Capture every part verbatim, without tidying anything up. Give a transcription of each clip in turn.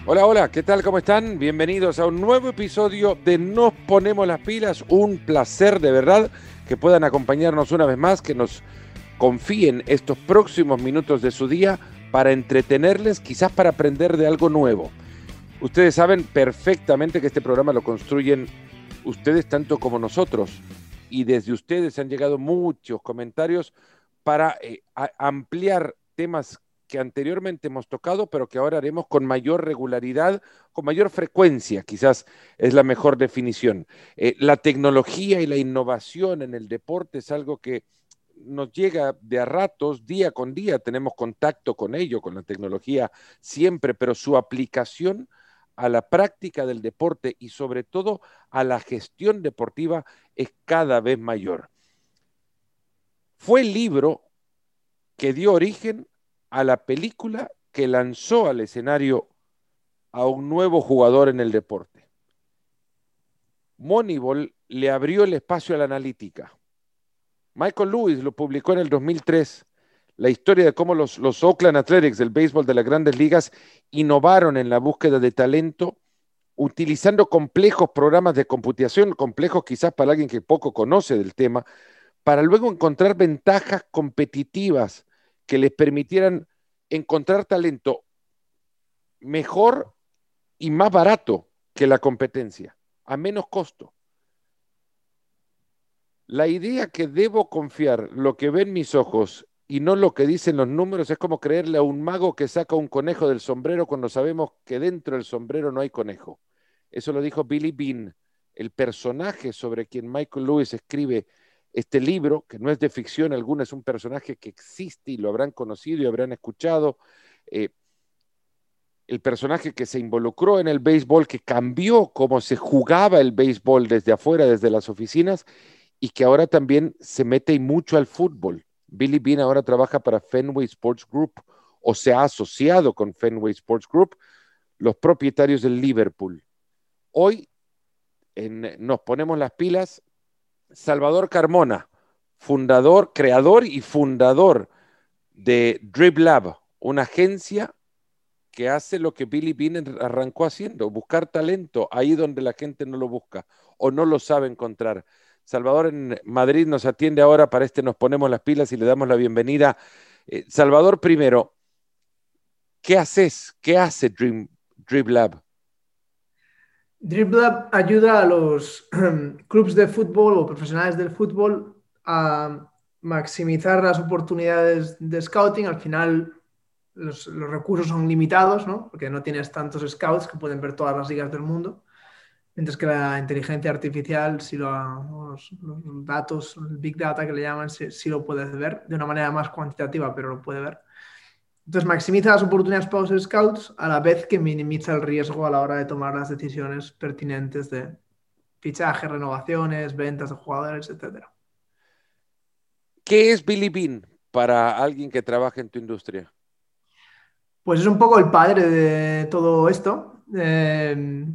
Hola, hola, ¿qué tal? ¿Cómo están? Bienvenidos a un nuevo episodio de Nos Ponemos las Pilas. Un placer de verdad que puedan acompañarnos una vez más, que nos confíen estos próximos minutos de su día para entretenerles, quizás para aprender de algo nuevo. Ustedes saben perfectamente que este programa lo construyen ustedes tanto como nosotros, y desde ustedes han llegado muchos comentarios para eh, ampliar temas que anteriormente hemos tocado, pero que ahora haremos con mayor regularidad, con mayor frecuencia, quizás es la mejor definición. Eh, la tecnología y la innovación en el deporte es algo que nos llega de a ratos, día con día, tenemos contacto con ello, con la tecnología siempre, pero su aplicación a la práctica del deporte y sobre todo a la gestión deportiva es cada vez mayor. Fue el libro que dio origen a la película que lanzó al escenario a un nuevo jugador en el deporte. Moneyball le abrió el espacio a la analítica. Michael Lewis lo publicó en el dos mil tres, la historia de cómo los, los Oakland Athletics del béisbol de las grandes ligas innovaron en la búsqueda de talento utilizando complejos programas de computación, complejos quizás para alguien que poco conoce del tema, para luego encontrar ventajas competitivas que les permitieran encontrar talento mejor y más barato que la competencia, a menos costo. La idea que debo confiar lo que ven mis ojos y no lo que dicen los números es como creerle a un mago que saca un conejo del sombrero cuando sabemos que dentro del sombrero no hay conejo. Eso lo dijo Billy Beane, el personaje sobre quien Michael Lewis escribe este libro, que no es de ficción alguna, es un personaje que existe y lo habrán conocido y habrán escuchado. Eh, el personaje que se involucró en el béisbol, que cambió cómo se jugaba el béisbol desde afuera, desde las oficinas, y que ahora también se mete mucho al fútbol. Billy Beane ahora trabaja para Fenway Sports Group o se ha asociado con Fenway Sports Group, los propietarios del Liverpool. Hoy en, nos ponemos las pilas. Salvador Carmona, fundador, creador y fundador de DribLab, una agencia que hace lo que Billy Beane arrancó haciendo, buscar talento ahí donde la gente no lo busca o no lo sabe encontrar. Salvador en Madrid nos atiende ahora para este Nos Ponemos las Pilas y le damos la bienvenida. Eh, Salvador, primero, ¿qué haces? ¿Qué hace Dream, DribLab? DribLab ayuda a los clubes de fútbol o profesionales del fútbol a maximizar las oportunidades de scouting. Al final los, los recursos son limitados, ¿no? Porque no tienes tantos scouts que pueden ver todas las ligas del mundo, mientras que la inteligencia artificial, si lo, los, los datos, el big data que le llaman, sí, sí lo puedes ver de una manera más cuantitativa, pero lo puede ver. Entonces maximiza las oportunidades para los scouts a la vez que minimiza el riesgo a la hora de tomar las decisiones pertinentes de fichajes, renovaciones, ventas de jugadores, etcétera. ¿Qué es Billy Beane para alguien que trabaja en tu industria? Pues es un poco el padre de todo esto. Eh,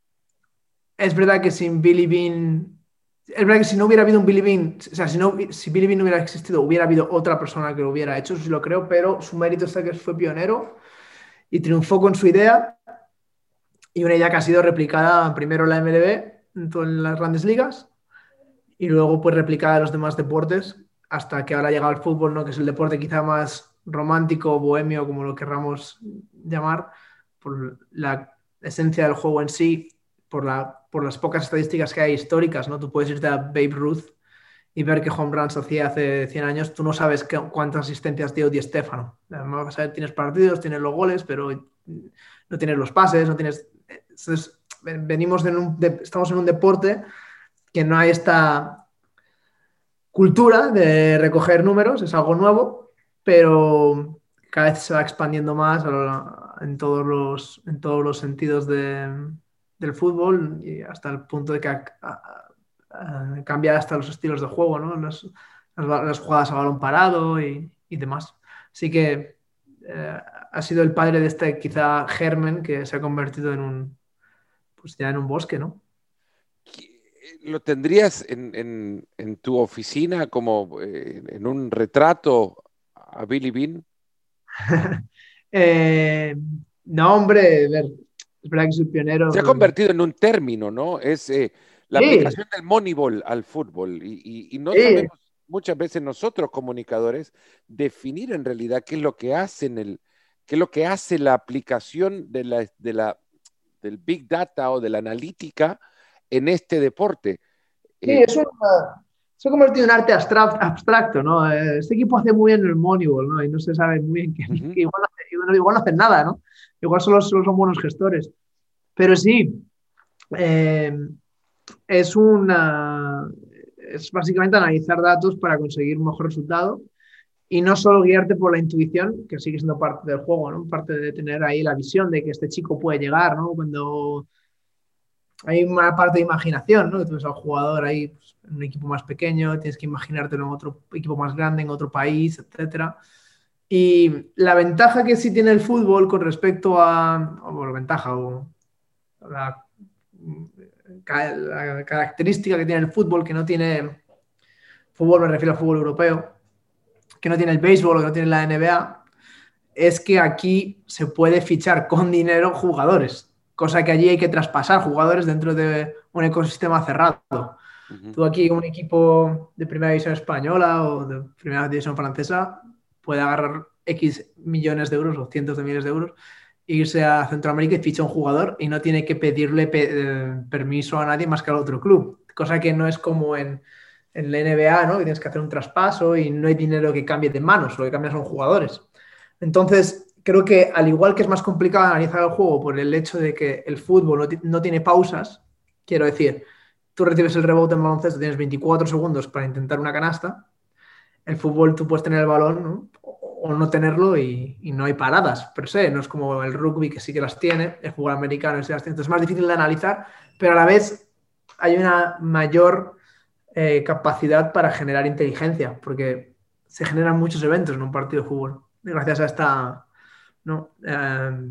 es verdad que sin Billy Beane, es verdad que si no hubiera habido un Billy Beane, o sea, si, no, si Billy Beane no hubiera existido, hubiera habido otra persona que lo hubiera hecho, eso sí lo creo, pero su mérito está que fue pionero y triunfó con su idea, y una idea que ha sido replicada primero en la M L B, en todas las grandes ligas, y luego pues replicada en los demás deportes, hasta que ahora ha llegado el fútbol, ¿no? Que es el deporte quizá más romántico, bohemio, como lo querramos llamar, por la esencia del juego en sí, por, la, por las pocas estadísticas que hay históricas, ¿no? Tú puedes irte a Babe Ruth y ver qué home runs hacía hace cien años, tú no sabes qué, cuántas asistencias dio Di Stéfano. Vas a ver, tienes partidos, tienes los goles, pero no tienes los pases, no tienes... Entonces, venimos en un, de, estamos en un deporte que no hay esta cultura de recoger números, es algo nuevo, pero cada vez se va expandiendo más en todos los, en todos los sentidos de, del fútbol, y hasta el punto de que a, a, a cambiar hasta los estilos de juego, ¿no? Las, las, las jugadas a balón parado y, y demás. Así que eh, ha sido el padre de este quizá germen que se ha convertido en un, pues ya en un bosque, ¿no? ¿Lo tendrías en, en, en tu oficina como eh, en un retrato a Billy Beane? eh, no, hombre, a ver. Es verdad que soy pionero. Se ha Pero... convertido en un término, ¿no? Es eh, la Sí, aplicación del Moneyball al fútbol y, y, y no sí, sabemos muchas veces nosotros comunicadores definir en realidad qué es lo que hacen el, qué es lo que hace la aplicación de la, de la, del Big Data o de la analítica en este deporte. sí, Eh, es una, se ha convertido en arte abstract- abstracto, ¿no? Eh, Este equipo hace muy bien el Moneyball, ¿no? Y no se sabe muy bien que, uh-huh. que igual, no hace- igual, igual no hacen nada, ¿no? Igual solo, solo son buenos gestores. Pero sí, eh, es una, es básicamente analizar datos para conseguir un mejor resultado y no solo guiarte por la intuición, que sigue siendo parte del juego, ¿no? Parte de tener ahí la visión de que este chico puede llegar, ¿no? Cuando hay una parte de imaginación, ¿no? Que tú ves al jugador ahí pues, en un equipo más pequeño, tienes que imaginártelo en otro equipo más grande, en otro país, etcétera. Y la ventaja que sí tiene el fútbol con respecto a, o bueno, ventaja o la, la característica que tiene el fútbol, que no tiene fútbol, me refiero al fútbol europeo, que no tiene el béisbol o que no tiene la N B A, es que aquí se puede fichar con dinero jugadores, cosa que allí hay que traspasar jugadores dentro de un ecosistema cerrado. Uh-huh. Tú aquí, un equipo de primera división española o de primera división francesa puede agarrar X millones de euros o cientos de miles de euros e irse a Centroamérica y ficha un jugador y no tiene que pedirle pe eh, permiso a nadie más que al otro club, cosa que no es como en, en la N B A, ¿no? Que tienes que hacer un traspaso y no hay dinero que cambie de manos, lo que cambia son jugadores. Entonces, creo que al igual que es más complicado analizar el juego por el hecho de que el fútbol no, no tiene pausas, quiero decir, tú recibes el rebote en baloncesto, tienes veinticuatro segundos para intentar una canasta. El fútbol tú puedes tener el balón, ¿no? O, o no tenerlo y, y, no hay paradas, per se. No es como el rugby que sí que las tiene, el fútbol americano sí las tiene. Entonces es más difícil de analizar, pero a la vez hay una mayor eh, capacidad para generar inteligencia, porque se generan muchos eventos en un partido de fútbol, gracias a esta, ¿no? Eh,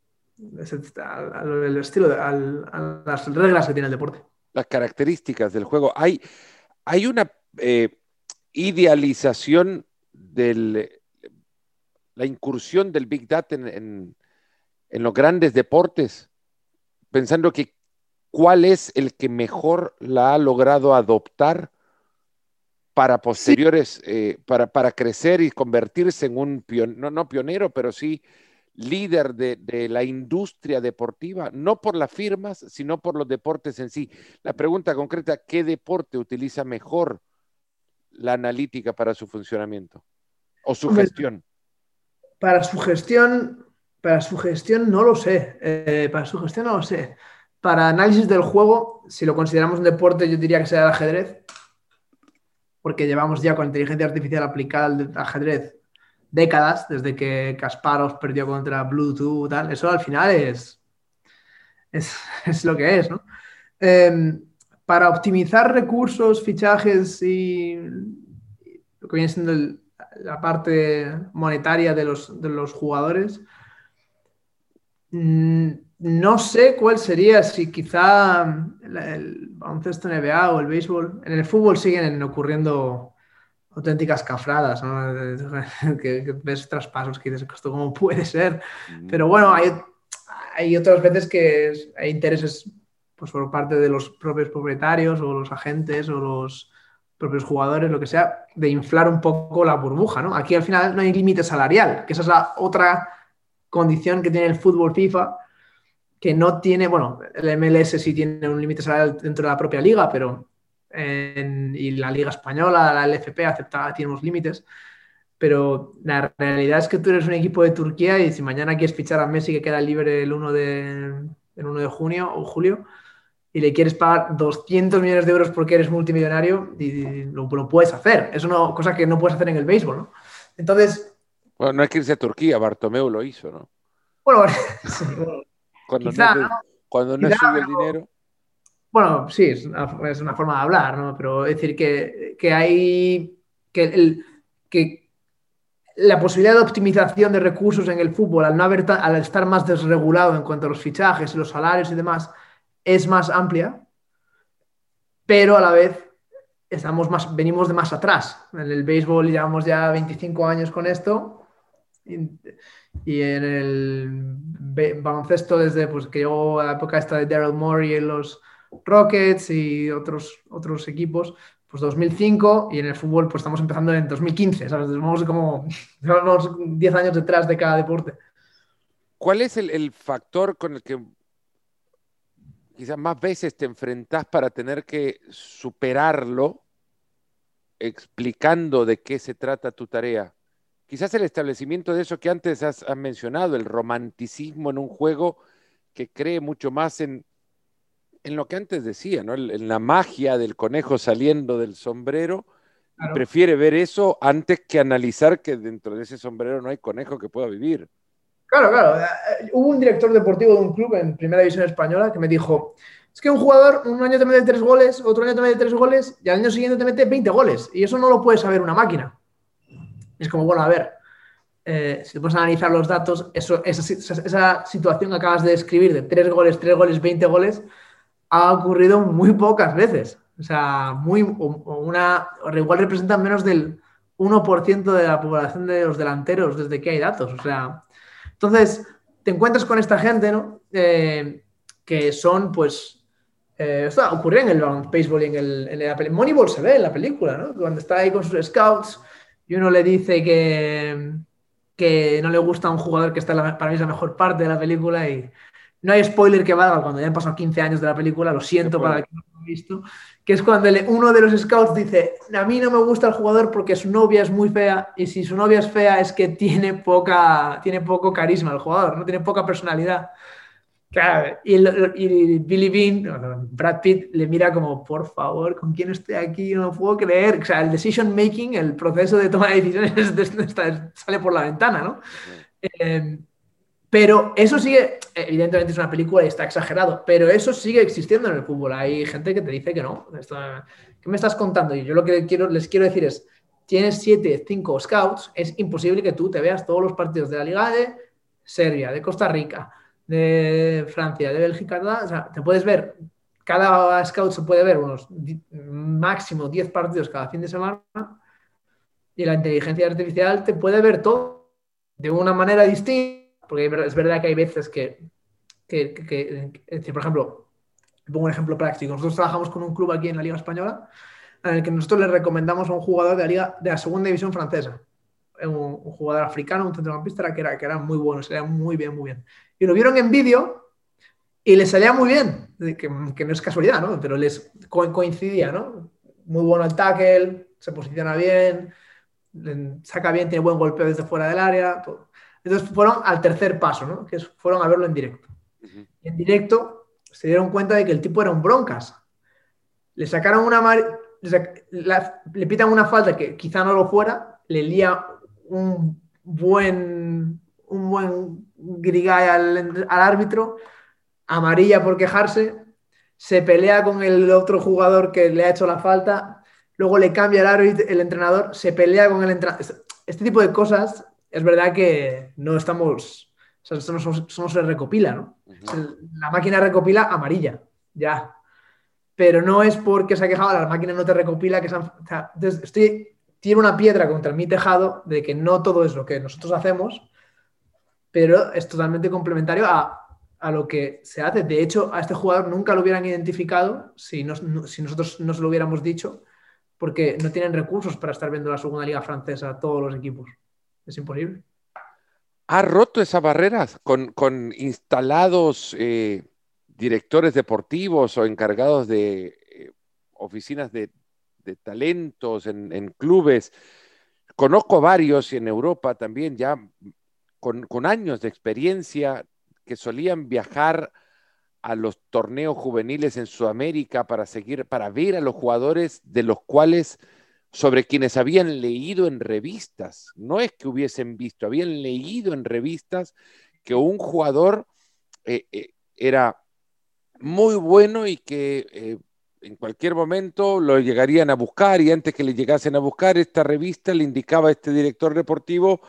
al, al, estilo, al, a las reglas que tiene el deporte. Las características del juego. Hay, hay una eh, idealización de la incursión del Big Data en, en, en los grandes deportes, pensando que cuál es el que mejor la ha logrado adoptar para Sí, posteriores, eh, para, para crecer y convertirse en un, pion, no, no pionero, pero sí líder de, de, la industria deportiva, no por las firmas, sino por los deportes en sí. La pregunta concreta, ¿qué deporte utiliza mejor la analítica para su funcionamiento o su hombre, gestión? para su gestión, para su gestión no lo sé. Eh, para su gestión no lo sé. Para análisis del juego, si lo consideramos un deporte, yo diría que sea el ajedrez, porque llevamos ya con inteligencia artificial aplicada al ajedrez décadas, desde que Kasparov perdió contra Bluetooth, tal. Eso al final es, es, es lo que es, ¿no? Eh, para optimizar recursos, fichajes y lo que viene siendo el, la parte monetaria de los, de los jugadores, mmm, no sé cuál sería, si quizá el, el baloncesto N B A o el béisbol. En el fútbol siguen ocurriendo auténticas cafradas, ¿no? que, que ves traspasos que dices, ¿esto cómo puede ser? Mm. Pero bueno, hay, hay otras veces que hay intereses pues, por parte de los propios propietarios o los agentes o los propios jugadores, lo que sea, de inflar un poco la burbuja, ¿no? Aquí al final no hay límite salarial, que esa es la otra condición que tiene el fútbol FIFA, que no tiene, bueno, el M L S sí tiene un límite salarial dentro de la propia liga, pero en, y la liga española, la L F P, acepta, tiene unos límites, pero la realidad es que tú eres un equipo de Turquía y si mañana quieres fichar a Messi que queda libre el uno de, el uno de junio o julio y le quieres pagar doscientos millones de euros porque eres multimillonario, y lo, lo puedes hacer. Es una cosa que no puedes hacer en el béisbol, ¿no? Entonces, Bueno, no hay que irse a Turquía, Bartomeu lo hizo, ¿no? bueno, sí, bueno Cuando no es, quizá, de, ¿no? cuando no es Quizá, suyo el pero dinero. bueno, sí, es una, es una forma de hablar, ¿no? Pero es decir que, que hay que, el, que la posibilidad de optimización de recursos en el fútbol, al, no haber al estar más desregulado en cuanto a los fichajes y los salarios y demás, es más amplia, pero a la vez estamos más, venimos de más atrás. En el béisbol llevamos ya veinticinco años con esto y, y en el baloncesto desde pues, que llegó a la época esta de Daryl Morey en los Rockets y otros, otros equipos, pues dos mil cinco, y en el fútbol pues estamos empezando en dos mil quince, ¿sabes? Vamos como vamos diez años detrás de cada deporte. ¿Cuál es el, el factor con el que quizás más veces te enfrentás para tener que superarlo explicando de qué se trata tu tarea? Quizás el establecimiento de eso que antes has, has mencionado, el romanticismo en un juego que cree mucho más en, en lo que antes decía, ¿no? En la magia del conejo saliendo del sombrero, y Claro. prefiere ver eso antes que analizar que dentro de ese sombrero no hay conejo que pueda vivir. Claro, claro. Eh, Hubo un director deportivo de un club en Primera División Española que me dijo, es que un jugador un año te mete tres goles, otro año te mete tres goles y al año siguiente te mete veinte goles. Y eso no lo puede saber una máquina. Es como, bueno, a ver, eh, si te puedes analizar los datos, eso, esa, esa, esa situación que acabas de describir de tres goles, tres goles, veinte goles, ha ocurrido muy pocas veces. O sea, muy, o una, o igual representan menos del uno por ciento de la población de los delanteros desde que hay datos. O sea, entonces te encuentras con esta gente, ¿no? Eh, que son, pues, eh, esto ocurrió en el béisbol y en, el, en la película. Moneyball se ve en la película, ¿no? Cuando está ahí con sus scouts y uno le dice que, que no le gusta a un jugador que está en la, para mí es la mejor parte de la película y no hay spoiler que valga cuando ya han pasado quince años de la película, lo siento para el que no lo ha visto, que es cuando le, uno de los scouts dice, a mí no me gusta el jugador porque su novia es muy fea y si su novia es fea es que tiene, poca, tiene poco carisma el jugador, no tiene poca personalidad. Claro, y, el, y Billy Bean, Brad Pitt, le mira como, por favor, ¿con quién estoy aquí? No lo puedo creer. O sea, el decision making, el proceso de toma de decisiones sale por la ventana, ¿no? Uh-huh. Eh, pero eso sigue, evidentemente es una película y está exagerado, pero eso sigue existiendo en el fútbol. Hay gente que te dice que no. Esto, ¿qué me estás contando? Y yo lo que quiero, les quiero decir es, tienes siete, cinco scouts, es imposible que tú te veas todos los partidos de la Liga de Serbia, de Costa Rica, de Francia, de Bélgica, o sea, te puedes ver, cada scout se puede ver unos máximo diez partidos cada fin de semana y la inteligencia artificial te puede ver todo de una manera distinta, porque es verdad que hay veces que, que, que, que es decir, por ejemplo, pongo un ejemplo práctico, nosotros trabajamos con un club aquí en la Liga Española en el que nosotros le recomendamos a un jugador de la, Liga, de la segunda división francesa, un, un jugador africano, un centrocampista que era, que era muy bueno, se veía muy bien, muy bien. Y lo vieron en vídeo y les salía muy bien, que, que no es casualidad, ¿no? Pero les co coincidía, ¿no? Muy bueno el tackle, se posiciona bien, saca bien, tiene buen golpeo desde fuera del área, todo. Entonces fueron al tercer paso, ¿no? Que fueron a verlo en directo. Uh-huh. Y en directo se dieron cuenta de que el tipo era un broncas. Le sacaron una... Le, sac la, le pitan una falta que quizá no lo fuera, le lía un buen un buen grigay al, al árbitro, amarilla por quejarse, se pelea con el otro jugador que le ha hecho la falta, luego le cambia el árbitro, el entrenador, se pelea con el entrenador. Este tipo de cosas, es verdad que no estamos, o sea, eso no, eso no se recopila, ¿no? Uh-huh. La máquina recopila amarilla, ya. Pero no es porque se ha quejado, la máquina no te recopila, que se han, o sea, estoy, tiene una piedra contra mi tejado de que no todo es lo que nosotros hacemos, pero es totalmente complementario a, a lo que se hace. De hecho, a este jugador nunca lo hubieran identificado si, no, no, si nosotros no se lo hubiéramos dicho, porque no tienen recursos para estar viendo la segunda liga francesa todos los equipos. Es imposible. ¿Ha roto esas barreras con, con instalados eh, directores deportivos o encargados de eh, oficinas de, de talentos en, en clubes? Conozco varios y en Europa también ya con, con años de experiencia que solían viajar a los torneos juveniles en Sudamérica para seguir, para ver a los jugadores de los cuales, sobre quienes habían leído en revistas, no es que hubiesen visto, habían leído en revistas que un jugador eh, eh, era muy bueno y que eh, en cualquier momento lo llegarían a buscar, y antes que le llegasen a buscar, esta revista le indicaba a este director deportivo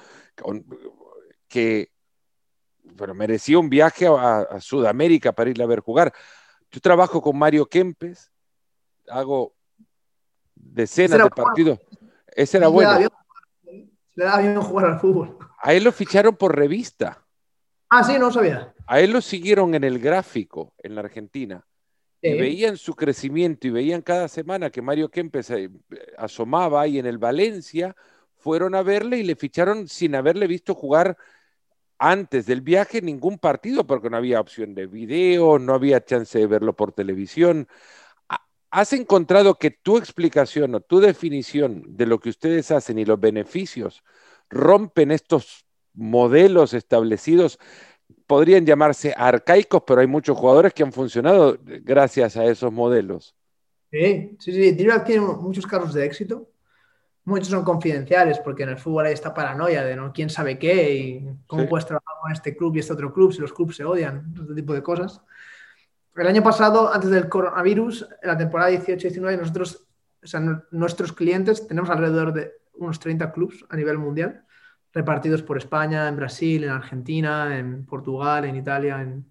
que bueno, merecía un viaje a, a Sudamérica para irle a ver jugar. Yo trabajo con Mario Kempes, hago decenas de partidos. Ese era Le da bueno. bien, le da bien jugar al fútbol. A él lo ficharon por revista. Ah, sí, no sabía. A él lo siguieron en el gráfico en la Argentina y Sí. veían su crecimiento y veían cada semana que Mario Kempes eh, asomaba ahí en el Valencia, fueron a verle y le ficharon sin haberle visto jugar antes del viaje ningún partido porque no había opción de video, no había chance de verlo por televisión. ¿Has encontrado que tu explicación o tu definición de lo que ustedes hacen y los beneficios rompen estos modelos establecidos? Podrían llamarse arcaicos, pero hay muchos jugadores que han funcionado gracias a esos modelos. Sí, sí, sí. Dribble tiene muchos casos de éxito. Muchos son confidenciales porque en el fútbol hay esta paranoia de no quién sabe qué y Sí. cómo puedes trabajar con este club y este otro club si los clubes se odian, este tipo de cosas. El año pasado, antes del coronavirus, en la temporada dieciocho diecinueve, nosotros, o sea, nuestros clientes, tenemos alrededor de unos treinta clubes a nivel mundial, repartidos por España, en Brasil, en Argentina, en Portugal, en Italia, en,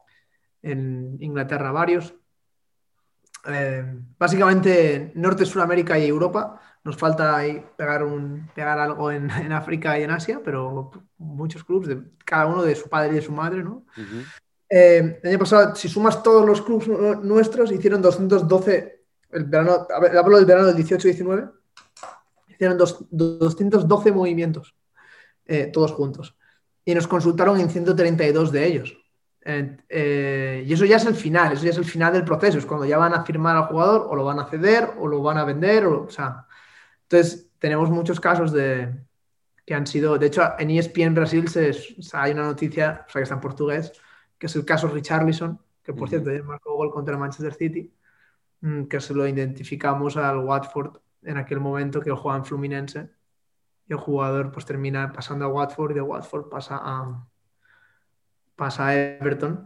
en Inglaterra, varios. Eh, básicamente Norte, Sudamérica y Europa. Nos falta ahí pegar, un, pegar algo en, en África y en Asia, pero muchos clubes, de, cada uno de su padre y de su madre, ¿no? Uh-huh. Eh, el año pasado, si sumas todos los clubes nuestros, hicieron doscientos doce, el verano, a ver, hablo del verano del dieciocho diecinueve, hicieron dos, doscientos doce movimientos, eh, todos juntos. Y nos consultaron en ciento treinta y dos de ellos. Eh, eh, y eso ya es el final, eso ya es el final del proceso, es cuando ya van a firmar al jugador, o lo van a ceder, o lo van a vender, o, o sea. Entonces, tenemos muchos casos de que han sido, de hecho, en E S P N Brasil se, o sea, hay una noticia, o sea, que está en portugués, que es el caso Richarlison, que por Uh-huh. cierto ya marcó gol contra el Manchester City, que se lo identificamos al Watford en aquel momento que jugaba en Fluminense, y el jugador pues termina pasando a Watford y de Watford pasa a, pasa a Everton.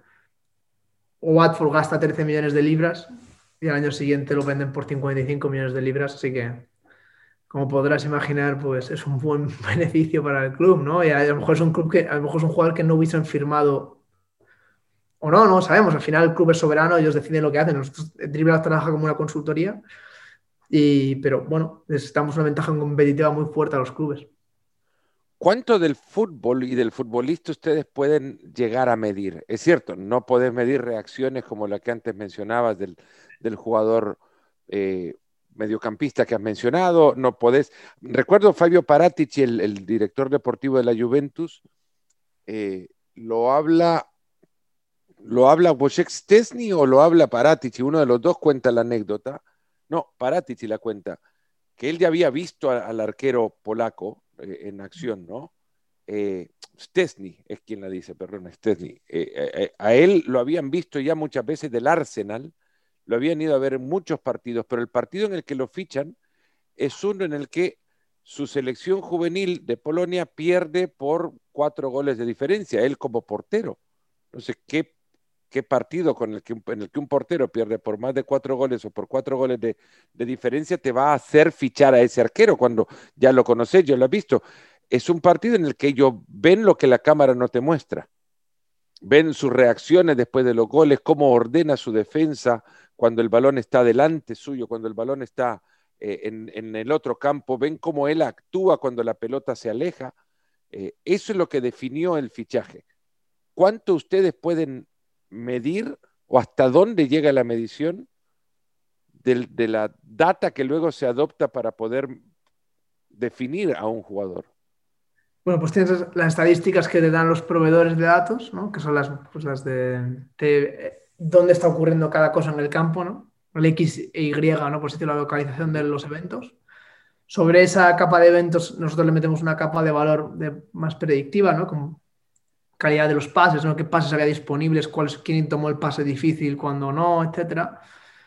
Watford gasta trece millones de libras y al año siguiente lo venden por cincuenta y cinco millones de libras, así que como podrás imaginar, pues es un buen beneficio para el club, ¿no? Y a lo mejor es un club que, a lo mejor es un jugador que no hubiesen firmado o no, no sabemos. Al final el club es soberano, ellos deciden lo que hacen. Nosotros, Dribble trabaja como una consultoría, y, pero bueno, necesitamos una ventaja competitiva muy fuerte a los clubes. ¿Cuánto del fútbol y del futbolista ustedes pueden llegar a medir? Es cierto, no podés medir reacciones como la que antes mencionabas del, del jugador eh, mediocampista que has mencionado, no podés. Recuerdo Fabio Paratici, el, el director deportivo de la Juventus, eh, lo habla, lo habla Wojciech Szczesny o lo habla Paratici, uno de los dos cuenta la anécdota. No, Paratici la cuenta, que él ya había visto a, al arquero polaco eh, en acción, ¿no? Eh, Szczesny es quien la dice, perdón, Szczesny. Eh, eh, a él lo habían visto ya muchas veces del Arsenal, lo habían ido a ver en muchos partidos, pero el partido en el que lo fichan es uno en el que su selección juvenil de Polonia pierde por cuatro goles de diferencia, él como portero. No sé qué, qué partido con el que, en el que un portero pierde por más de cuatro goles o por cuatro goles de, de diferencia te va a hacer fichar a ese arquero cuando ya lo conoces, ya lo has visto. Es un partido en el que ellos ven lo que la cámara no te muestra. Ven sus reacciones después de los goles, cómo ordena su defensa cuando el balón está delante suyo, cuando el balón está eh, en, en, el otro campo, ven cómo él actúa cuando la pelota se aleja. Eh, eso es lo que definió el fichaje. ¿Cuánto ustedes pueden medir o hasta dónde llega la medición de, de la data que luego se adopta para poder definir a un jugador? Bueno, pues tienes las estadísticas que te dan los proveedores de datos, ¿no? Que son las, pues las de, de dónde está ocurriendo cada cosa en el campo, ¿no? El X e Y, ¿no? Por sitio, la localización de los eventos. Sobre esa capa de eventos nosotros le metemos una capa de valor de, más predictiva, ¿no? Como calidad de los pases, ¿no? ¿Qué pases había disponibles? ¿Cuál, quién tomó el pase difícil? ¿Cuándo no? Etcétera.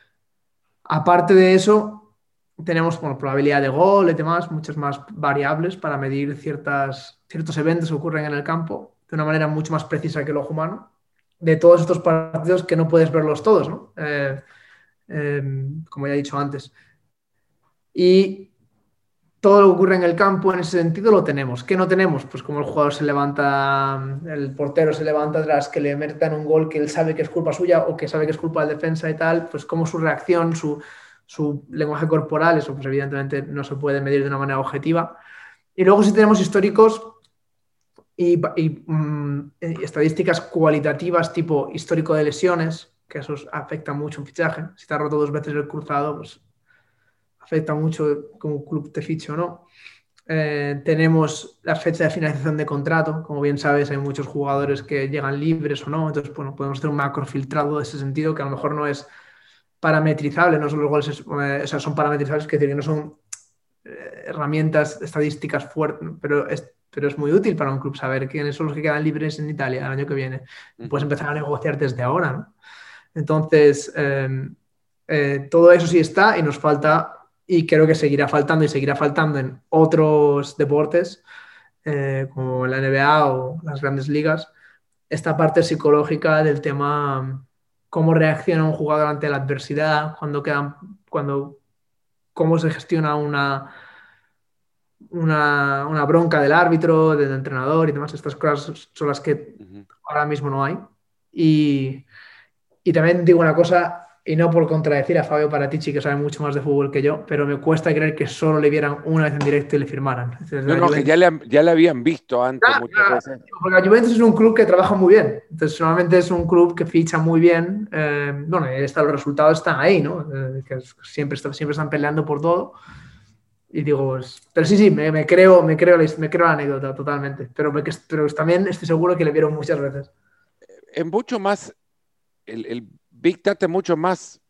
Aparte de eso, tenemos bueno, probabilidad de gol y demás, muchas más variables para medir ciertas, ciertos eventos que ocurren en el campo de una manera mucho más precisa que el ojo humano, de todos estos partidos que no puedes verlos todos, ¿no? Eh, eh, como ya he dicho antes. Y todo lo que ocurre en el campo en ese sentido lo tenemos. ¿Qué no tenemos? Pues como el jugador se levanta, el portero se levanta tras que le metan un gol que él sabe que es culpa suya o que sabe que es culpa del defensa y tal, pues como su reacción, su, su lenguaje corporal, eso pues evidentemente no se puede medir de una manera objetiva. Y luego sí tenemos históricos y, y, mm, y estadísticas cualitativas tipo histórico de lesiones, que eso afecta mucho un fichaje. Si te has roto dos veces el cruzado, pues afecta mucho como un club te fiche o no. Eh, tenemos la fecha de finalización de contrato. Como bien sabes, hay muchos jugadores que llegan libres o no. Entonces, bueno, podemos hacer un macro filtrado de ese sentido que a lo mejor no es parametrizable, no son los goles, eh, o sea, son parametrizables, que decir que no son eh, herramientas estadísticas fuertes, pero es, pero es muy útil para un club saber quiénes son los que quedan libres en Italia el año que viene. Uh-huh. Puedes empezar a negociar desde ahora, ¿no? Entonces, eh, eh, todo eso sí está y nos falta, y creo que seguirá faltando y seguirá faltando en otros deportes, eh, como la N B A o las grandes ligas, esta parte psicológica del tema cómo reacciona un jugador ante la adversidad, cuando quedan, cuando, cómo se gestiona una, una, una bronca del árbitro, del entrenador y demás. Estas cosas son las que uh-huh. ahora mismo no hay. Y, y también digo una cosa, y no por contradecir a Fabio Paratici, que sabe mucho más de fútbol que yo, pero me cuesta creer que solo le vieran una vez en directo y le firmaran. Entonces, no, no, Juventus... que ya le, ya le habían visto antes ah, muchas ah, veces. Porque la Juventus es un club que trabaja muy bien. Entonces, normalmente es un club que ficha muy bien. Eh, bueno, está, los resultados están ahí, ¿no? Eh, que siempre, siempre están peleando por todo. Y digo, pero sí, sí, me, me, creo, me, creo, me creo la anécdota totalmente. Pero, me, pero también estoy seguro que le vieron muchas veces. Es mucho más, el, el Big Data es mucho más,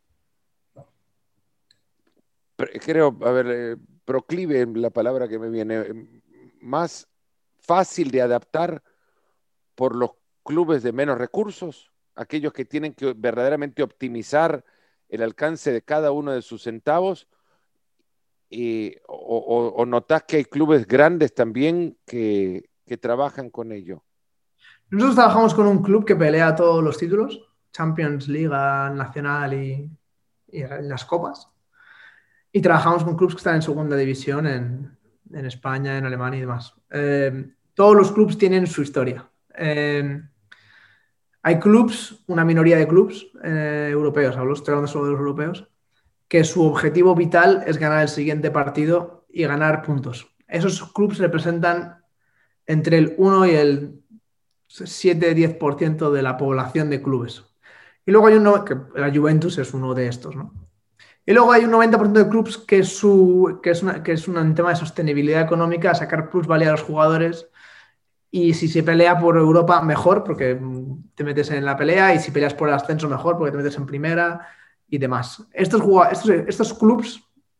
creo, a ver, eh, proclive la palabra que me viene, más fácil de adaptar por los clubes de menos recursos, aquellos que tienen que verdaderamente optimizar el alcance de cada uno de sus centavos. Y, o, o, o notas que hay clubes grandes también que, que trabajan con ello? Nosotros trabajamos con un club que pelea todos los títulos, Champions, Liga, Nacional y, y las copas. Y trabajamos con clubes que están en segunda división en, en España, en Alemania y demás. Eh, todos los clubes tienen su historia. Eh, hay clubes, una minoría de clubes eh, europeos, hablo, estoy hablando solo de los europeos, que su objetivo vital es ganar el siguiente partido y ganar puntos. Esos clubes representan entre el uno y el siete a diez por ciento de la población de clubes. Y luego hay uno, que la Juventus es uno de estos, ¿no? Y luego hay un noventa por ciento de clubes que es, su, que es, una, que es un tema de sostenibilidad económica, sacar plusvalía a los jugadores. Y si se pelea por Europa, mejor, porque te metes en la pelea. Y si peleas por el ascenso, mejor, porque te metes en primera y demás. Estos, estos, estos clubes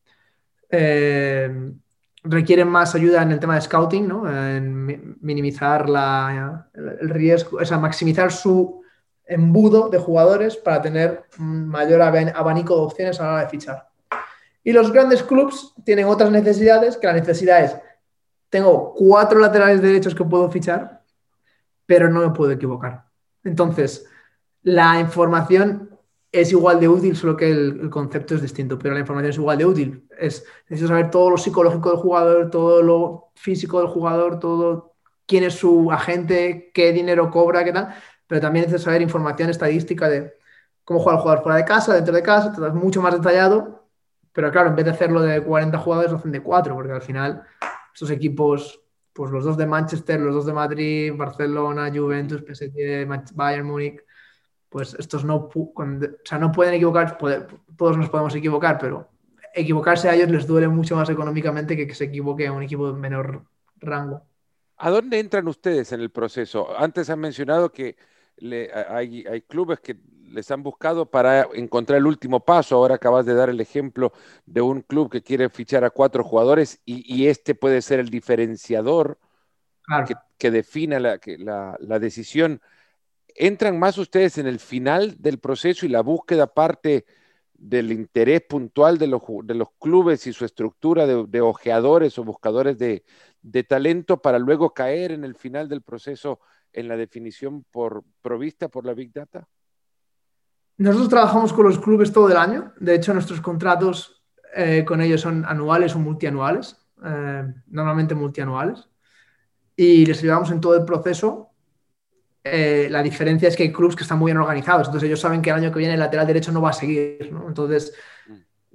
eh, requieren más ayuda en el tema de scouting, ¿no? En minimizar la, el riesgo, o sea, maximizar su embudo de jugadores para tener un mayor abanico de opciones a la hora de fichar. Y los grandes clubes tienen otras necesidades, que la necesidad es, tengo cuatro laterales derechos que puedo fichar, pero no me puedo equivocar. Entonces, la información es igual de útil, solo que el, el concepto es distinto, pero la información es igual de útil. Es necesito saber todo lo psicológico del jugador, todo lo físico del jugador, todo quién es su agente, qué dinero cobra, qué tal, pero también necesito saber información estadística de cómo juega el jugador fuera de casa, dentro de casa, todo es mucho más detallado, pero claro, en vez de hacerlo de cuarenta jugadores, lo hacen de cuatro, porque al final estos equipos, pues los dos de Manchester, los dos de Madrid, Barcelona, Juventus, P S G, Bayern Múnich, pues estos no, cuando, o sea, no pueden equivocar, puede, todos nos podemos equivocar, pero equivocarse a ellos les duele mucho más económicamente que que se equivoque a un equipo de menor rango. ¿A dónde entran ustedes en el proceso? Antes han mencionado que le, hay, hay clubes que les han buscado para encontrar el último paso. Ahora acabas de dar el ejemplo de un club que quiere fichar a cuatro jugadores y, y este puede ser el diferenciador claro. que, que defina la, que la, la decisión. ¿Entran más ustedes en el final del proceso y la búsqueda parte del interés puntual de los, de los clubes y su estructura de, de ojeadores o buscadores de, de talento para luego caer en el final del proceso en la definición por, provista por la Big Data? Nosotros trabajamos con los clubes todo el año. De hecho, nuestros contratos eh, con ellos son anuales o multianuales, eh, normalmente multianuales, y les ayudamos en todo el proceso. Eh, la diferencia es que hay clubes que están muy bien organizados, entonces ellos saben que el año que viene el lateral derecho no va a seguir, ¿no? Entonces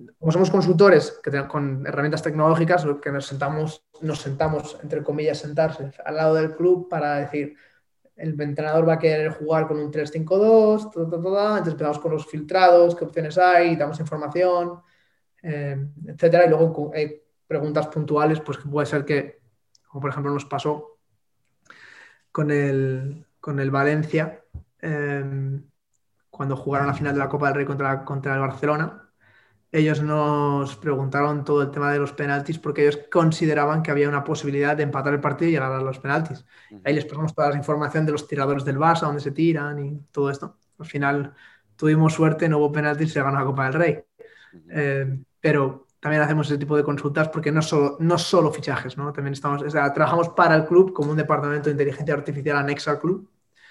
como somos consultores que tenemos, con herramientas tecnológicas, lo que nos sentamos, nos sentamos, entre comillas, sentarse al lado del club para decir, el entrenador va a querer jugar con un tres cinco dos, entonces empezamos con los filtrados, qué opciones hay, damos información, eh, etcétera. Y luego hay preguntas puntuales, pues que puede ser que, como por ejemplo nos pasó con el, con el Valencia, eh, cuando jugaron la final de la Copa del Rey contra, contra el Barcelona. Ellos nos preguntaron todo el tema de los penaltis porque ellos consideraban que había una posibilidad de empatar el partido y llegar a los penaltis. Uh-huh. Ahí les pasamos toda la información de los tiradores del Barça, dónde se tiran y todo esto. Al final tuvimos suerte, no hubo penaltis y se ganó la Copa del Rey. Uh-huh. Eh, pero también hacemos ese tipo de consultas porque no solo, no solo fichajes, ¿no? También estamos, o sea, trabajamos para el club como un departamento de inteligencia artificial anexo al club.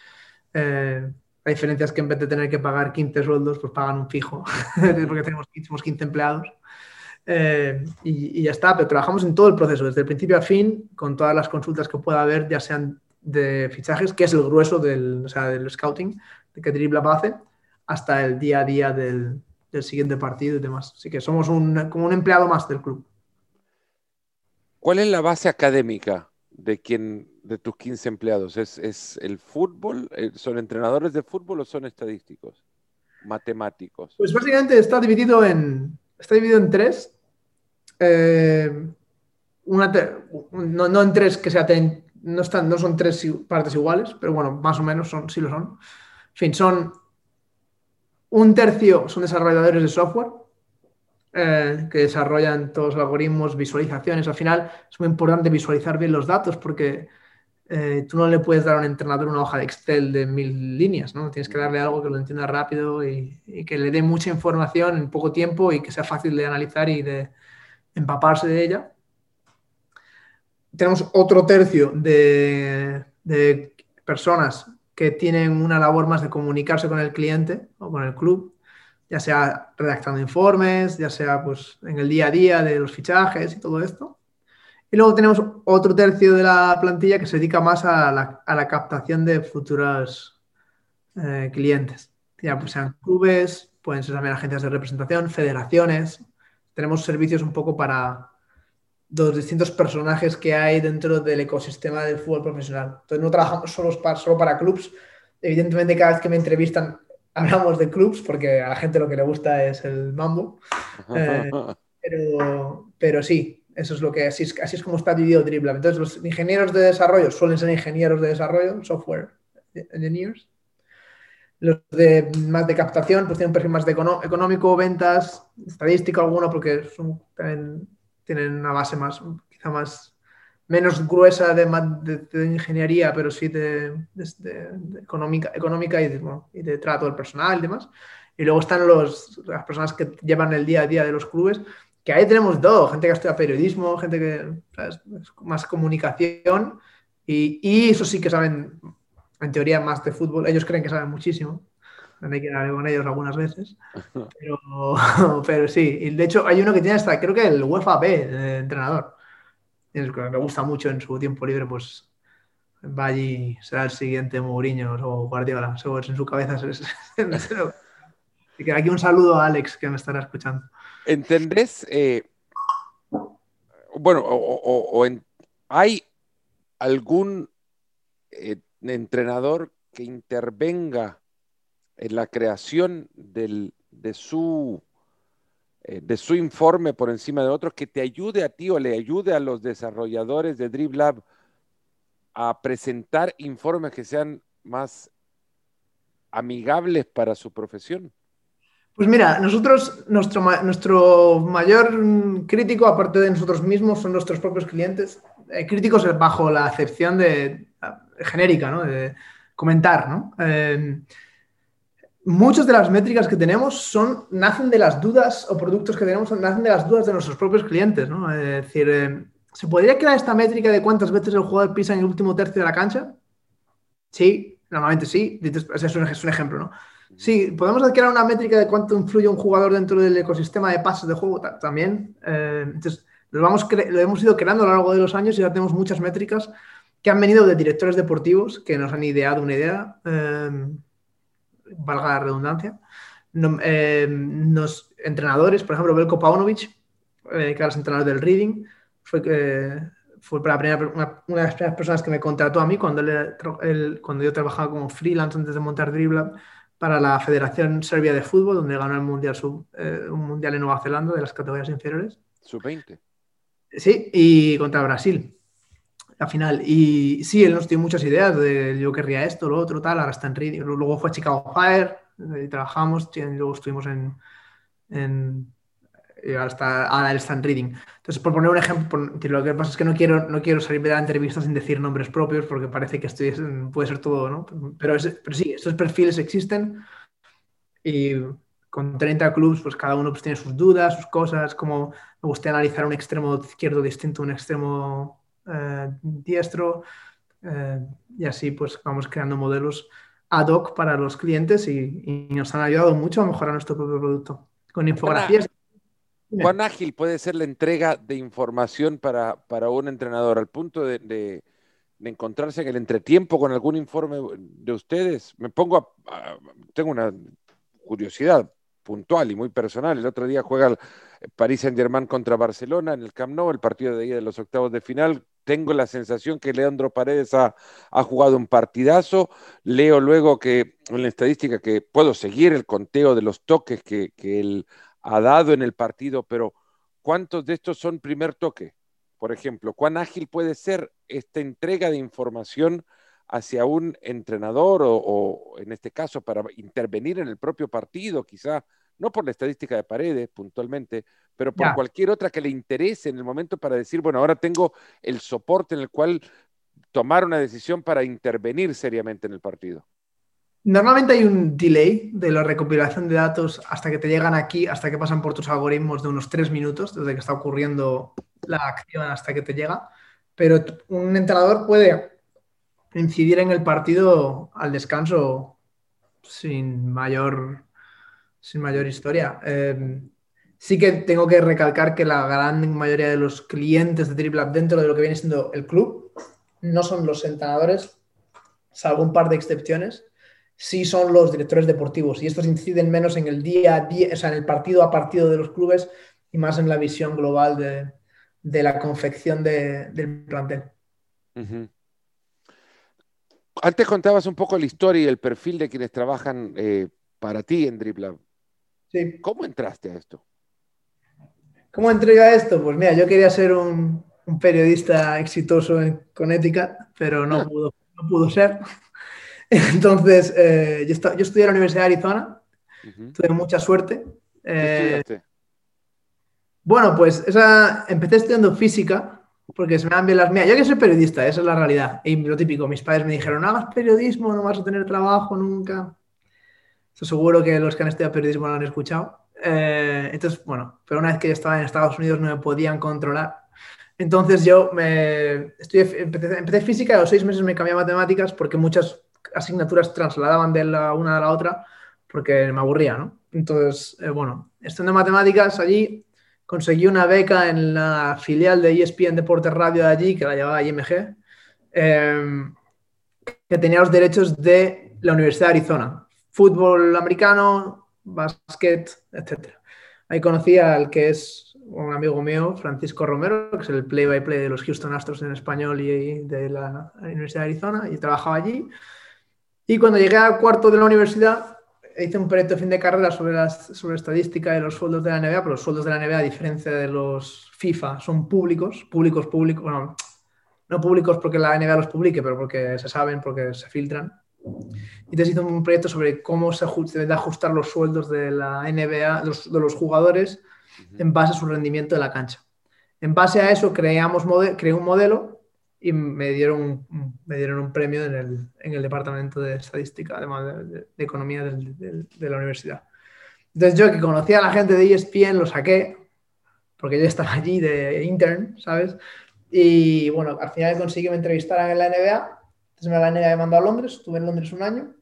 Eh, La diferencia es que en vez de tener que pagar quince sueldos, pues pagan un fijo, porque tenemos somos quince empleados. Eh, y, y ya está, pero trabajamos en todo el proceso, desde el principio a fin, con todas las consultas que pueda haber, ya sean de fichajes, que es el grueso del, o sea, del scouting, de que Driblab hace, hasta el día a día del, del siguiente partido y demás. Así que somos un, como un empleado más del club. ¿Cuál es la base académica de quien, de tus quince empleados? ¿Es, es el fútbol? ¿Son entrenadores de fútbol o son estadísticos? ¿Matemáticos? Pues básicamente está dividido en, está dividido en tres. Eh, una te, no, no en tres que sea ten, no, están, no son tres partes iguales, pero bueno, más o menos son, sí lo son. En fin, son un tercio son desarrolladores de software, Eh, que desarrollan todos los algoritmos, visualizaciones. Al final es muy importante visualizar bien los datos porque eh, tú no le puedes dar a un entrenador una hoja de Excel de mil líneas, ¿no? Tienes que darle algo que lo entienda rápido y, y que le dé mucha información en poco tiempo y que sea fácil de analizar y de empaparse de ella. Tenemos otro tercio de, de personas que tienen una labor más de comunicarse con el cliente o con el club, ya sea redactando informes, ya sea pues, en el día a día de los fichajes y todo esto. Y luego tenemos otro tercio de la plantilla que se dedica más a la, a la captación de futuros eh, clientes. Ya pues sean clubes, pueden ser también agencias de representación, federaciones. Tenemos servicios un poco para los distintos personajes que hay dentro del ecosistema del fútbol profesional. Entonces no trabajamos solo para, solo para clubs. Evidentemente cada vez que me entrevistan hablamos de clubs porque a la gente lo que le gusta es el mambo. Eh, pero, pero sí, eso es lo que así es, así es como está dividido Driblab. Entonces los ingenieros de desarrollo suelen ser ingenieros de desarrollo, software engineers. Los de más de captación pues tienen un perfil más de econo económico, ventas, estadística alguno porque son, también tienen una base más, quizá más menos gruesa de, de, de ingeniería, pero sí de, de, de económica, económica y, de, bueno, y de trato del personal y demás. Y luego están los, las personas que llevan el día a día de los clubes, que ahí tenemos todo, gente que estudia periodismo, gente que ¿sabes? Más comunicación y, y eso sí que saben, en teoría, más de fútbol. Ellos creen que saben muchísimo. Hay que hablar con ellos algunas veces. Pero, pero sí, y de hecho hay uno que tiene hasta, creo que el UEFA B de entrenador. Que me gusta mucho en su tiempo libre, pues va allí, será el siguiente Mourinho o Guardiola, seguro en su cabeza. Así que aquí un saludo a Alex que me estará escuchando. ¿Entendés? Eh, bueno, o, o, o en, ¿hay algún eh, entrenador que intervenga en la creación del, de su de su informe por encima de otros, que te ayude a ti o le ayude a los desarrolladores de Driblab a presentar informes que sean más amigables para su profesión? Pues mira, nosotros, nuestro, nuestro mayor crítico, aparte de nosotros mismos, son nuestros propios clientes. Eh, críticos bajo la acepción de, genérica, ¿no? De comentar, ¿no? Eh, Muchas de las métricas que tenemos son, nacen de las dudas o productos que tenemos, nacen de las dudas de nuestros propios clientes, ¿no? Es decir, eh, ¿se podría crear esta métrica de cuántas veces el jugador pisa en el último tercio de la cancha? Sí, normalmente sí. Es un, es un ejemplo, ¿no? Sí, ¿podemos crear una métrica de cuánto influye un jugador dentro del ecosistema de pases de juego? También. Eh, entonces, lo, vamos lo hemos ido creando a lo largo de los años y ya tenemos muchas métricas que han venido de directores deportivos que nos han ideado una idea. Eh, valga la redundancia, no, eh, los entrenadores, por ejemplo, Belko Paunovic, eh, que era el entrenador del Reading, fue, eh, fue la primera, una, una, de las primeras personas que me contrató a mí cuando, él, él, cuando yo trabajaba como freelance antes de montar Dribbla para la Federación Serbia de Fútbol, donde ganó el mundial, sub, eh, un mundial en Nueva Zelanda de las categorías inferiores. sub veinte. Sí, y contra Brasil, la final. Y sí, él nos dio muchas ideas de yo querría esto, lo otro, tal. Ahora está en Reading. Luego fue Chicago Fire, y trabajamos, y luego estuvimos en... en y ahora, está, ahora él está en Reading. Entonces, por poner un ejemplo, por, lo que pasa es que no quiero, no quiero salir de la entrevista sin decir nombres propios porque parece que estoy, puede ser todo, ¿no? Pero, es, pero sí, estos perfiles existen y con treinta clubes, pues cada uno pues, tiene sus dudas, sus cosas, como me gustaría analizar un extremo izquierdo distinto a un extremo eh, diestro, eh, y así pues vamos creando modelos ad hoc para los clientes y, y nos han ayudado mucho a mejorar nuestro propio producto. Con infografías. ¿Cuán ágil puede ser la entrega de información para, para un entrenador al punto de, de, de encontrarse en el entretiempo con algún informe de ustedes? Me pongo a, a, tengo una curiosidad puntual y muy personal. El otro día juega el Paris Saint-Germain contra Barcelona en el Camp Nou, el partido de ida de los octavos de final. Tengo la sensación que Leandro Paredes ha, ha jugado un partidazo. Leo luego que en la estadística que puedo seguir el conteo de los toques que, que él ha dado en el partido, pero ¿cuántos de estos son primer toque? Por ejemplo, ¿cuán ágil puede ser esta entrega de información hacia un entrenador o, o en este caso para intervenir en el propio partido, quizá no por la estadística de Paredes puntualmente, pero por Ya. cualquier otra que le interese en el momento para decir, bueno, ahora tengo el soporte en el cual tomar una decisión para intervenir seriamente en el partido? Normalmente hay un delay de la recopilación de datos hasta que te llegan aquí, hasta que pasan por tus algoritmos de unos tres minutos, desde que está ocurriendo la acción hasta que te llega. Pero un entrenador puede incidir en el partido al descanso sin mayor, sin mayor historia. Eh, sí que tengo que recalcar que la gran mayoría de los clientes de DribbleUp dentro de lo que viene siendo el club no son los entrenadores, salvo un par de excepciones. Sí son los directores deportivos y estos inciden menos en el día a día, o sea, en el partido a partido de los clubes y más en la visión global de, de la confección de, del plantel. Uh-huh. Antes contabas un poco la historia y el perfil de quienes trabajan eh, para ti en DribbleUp. Sí. ¿Cómo entraste a esto? ¿Cómo entré a esto? Pues mira, yo quería ser un, un periodista exitoso en Connecticut, pero no pudo, no pudo ser. Entonces, eh, yo, yo estudié en la Universidad de Arizona, uh-huh. Tuve mucha suerte. ¿Qué eh, estudiaste? Bueno, pues esa, empecé estudiando física, porque se me dan bien las mías. Yo quiero ser periodista, esa es la realidad. Y lo típico, mis padres me dijeron, no hagas periodismo, no vas a tener trabajo nunca. Estoy seguro que los que han estudiado periodismo lo han escuchado. Eh, entonces, bueno, pero una vez que yo estaba en Estados Unidos no me podían controlar. Entonces yo me estudié, empecé, empecé física y a los seis meses me cambié a matemáticas porque muchas asignaturas trasladaban de la una a la otra porque me aburría, ¿no? Entonces, eh, bueno, estudiando matemáticas allí, conseguí una beca en la filial de E S P N Deportes Radio de allí, que la llevaba I M G, eh, que tenía los derechos de la Universidad de Arizona. Fútbol americano, básquet, etcétera. Ahí conocí al que es un amigo mío, Francisco Romero, que es el play-by-play de los Houston Astros en español y de la Universidad de Arizona, y trabajaba allí. Y cuando llegué al cuarto de la universidad, hice un proyecto de fin de carrera sobre, las, sobre estadística de los sueldos de la N B A, pero los sueldos de la N B A, a diferencia de los FIFA, son públicos, públicos, públicos, bueno, no públicos porque la N B A los publique, pero porque se saben, porque se filtran. Y te hice un proyecto sobre cómo se, se deben ajustar los sueldos de la N B A, de los, de los jugadores, uh-huh. en base a su rendimiento de la cancha. En base a eso creamos mode- creé un modelo y me dieron, me dieron un premio en el, en el departamento de estadística, además de, de, de economía de, de, de la universidad. Entonces yo, que conocía a la gente de E S P N, lo saqué, porque yo estaba allí de intern, ¿sabes? Y bueno, al final conseguí que me entrevistaran en la N B A. Entonces me la N B A me mandó a Londres, estuve en Londres un año.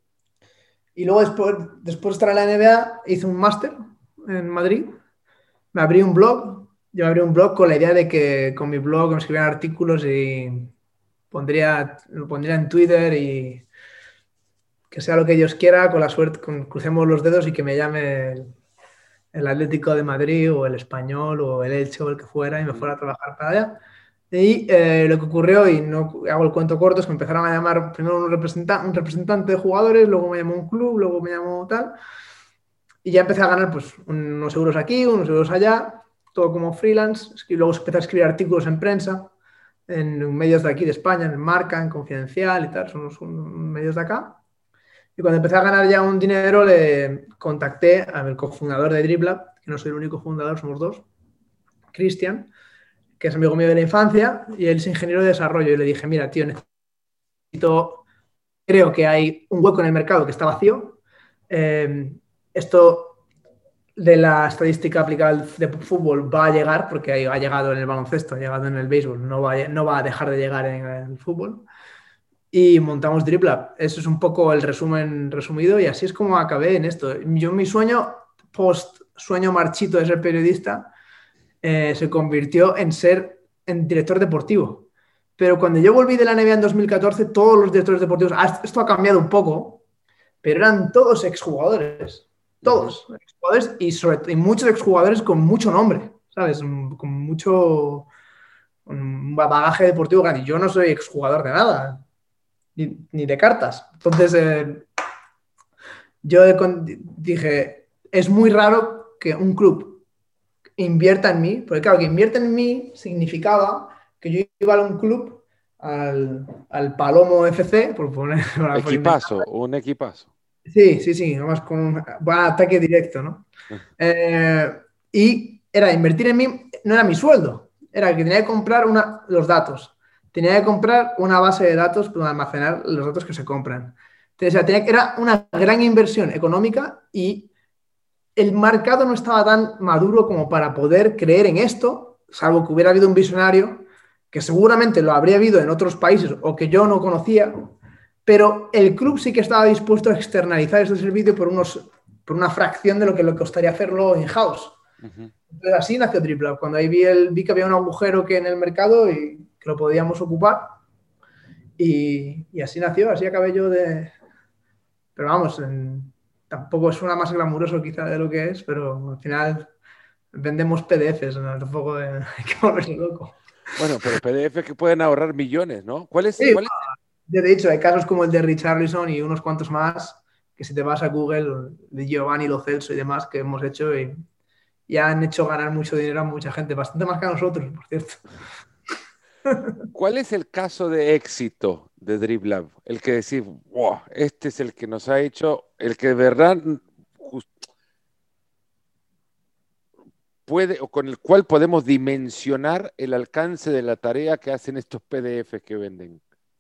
Y luego después, después de estar en la N B A, hice un máster en Madrid. Me abrí un blog. Yo me abrí un blog con la idea de que con mi blog me escribían artículos y pondría, lo pondría en Twitter y que sea lo que Dios quiera, con la suerte, con, crucemos los dedos y que me llame el, el Atlético de Madrid o el Español o el Elche o el que fuera y me fuera a trabajar para allá. Y eh, lo que ocurrió, y no hago el cuento corto, es que me empezaron a llamar primero un, representa un representante de jugadores, luego me llamó un club, luego me llamó tal, y ya empecé a ganar pues unos euros aquí, unos euros allá, todo como freelance, y luego empecé a escribir artículos en prensa, en medios de aquí de España, en Marca, en Confidencial y tal, son los medios de acá. Y cuando empecé a ganar ya un dinero, le contacté al cofundador de Dribbblab, que no soy el único fundador, somos dos, Cristian, que es amigo mío de la infancia, y él es ingeniero de desarrollo. Y le dije, mira, tío, necesito, creo que hay un hueco en el mercado que está vacío. Eh, esto de la estadística aplicada al de fútbol va a llegar, porque ha llegado en el baloncesto, ha llegado en el béisbol, no va a, no va a dejar de llegar en el fútbol. Y montamos Dribbblab. Eso es un poco el resumen resumido y así es como acabé en esto. Yo mi sueño, post sueño marchito de ser periodista, eh, se convirtió en ser en director deportivo. Pero cuando yo volví de la N B A en dos mil catorce, todos los directores deportivos, ah, esto ha cambiado un poco, pero eran todos exjugadores. Todos uh-huh. exjugadores y, sobre, y muchos exjugadores con mucho nombre, ¿sabes? Con mucho un bagaje deportivo grande. Yo no soy exjugador de nada, ni, ni de cartas. Entonces, eh, yo dije, es muy raro que un club invierta en mí, porque claro, que invierte en mí significaba que yo iba a un club, al, al Palomo F C, por poner... Equipazo, por un equipazo. Sí, sí, sí, nomás con un ataque directo, ¿no? eh, y era invertir en mí, no era mi sueldo, era que tenía que comprar una, los datos, tenía que comprar una base de datos para almacenar los datos que se compran. Entonces, o sea, tenía, era una gran inversión económica y el mercado no estaba tan maduro como para poder creer en esto, salvo que hubiera habido un visionario, que seguramente lo habría habido en otros países o que yo no conocía, pero el club sí que estaba dispuesto a externalizar este servicio por, unos, por una fracción de lo que le costaría hacerlo in-house. Uh-huh. Entonces así nació Dribbblab, cuando ahí vi, el, vi que había un agujero que en el mercado y que lo podíamos ocupar y, y así nació, así acabé yo de... Pero vamos, en... tampoco suena más glamuroso quizá de lo que es, pero al final vendemos P D Fs, ¿no? Tampoco hay que volverse loco. Bueno, pero P D Fs que pueden ahorrar millones, ¿no? ¿Cuál es? Sí, ¿cuál es? De hecho, hay casos como el de Richarlison y unos cuantos más, que si te vas a Google, de Giovanni Lo Celso y demás, que hemos hecho y, y han hecho ganar mucho dinero a mucha gente, bastante más que a nosotros, por cierto. ¿Cuál es el caso de éxito de Dribbblab? El que decís, wow, este es el que nos ha hecho, el que de verdad just, puede, o con el cual podemos dimensionar el alcance de la tarea que hacen estos P D Fs que venden.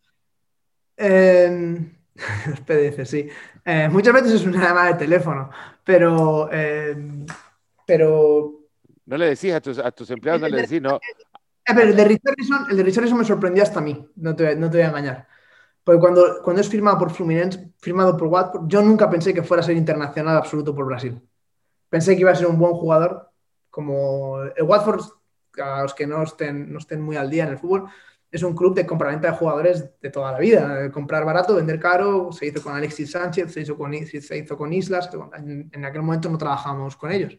Eh, los P D F, sí. Eh, muchas veces es una llamada de teléfono, pero... Eh, pero... No le decís a tus, a tus empleados, no le decís, no. Eh, pero el de Richarlison, el de Richarlison me sorprendió hasta a mí, no te, no te voy a engañar. Porque cuando, cuando es firmado por Fluminense, firmado por Watford, yo nunca pensé que fuera a ser internacional absoluto por Brasil. Pensé que iba a ser un buen jugador, como el Watford, a los que no estén, no estén muy al día en el fútbol, es un club de compraventa de jugadores de toda la vida. Comprar barato, vender caro, se hizo con Alexis Sánchez, se hizo con, se hizo con Islas, en, en aquel momento no trabajamos con ellos.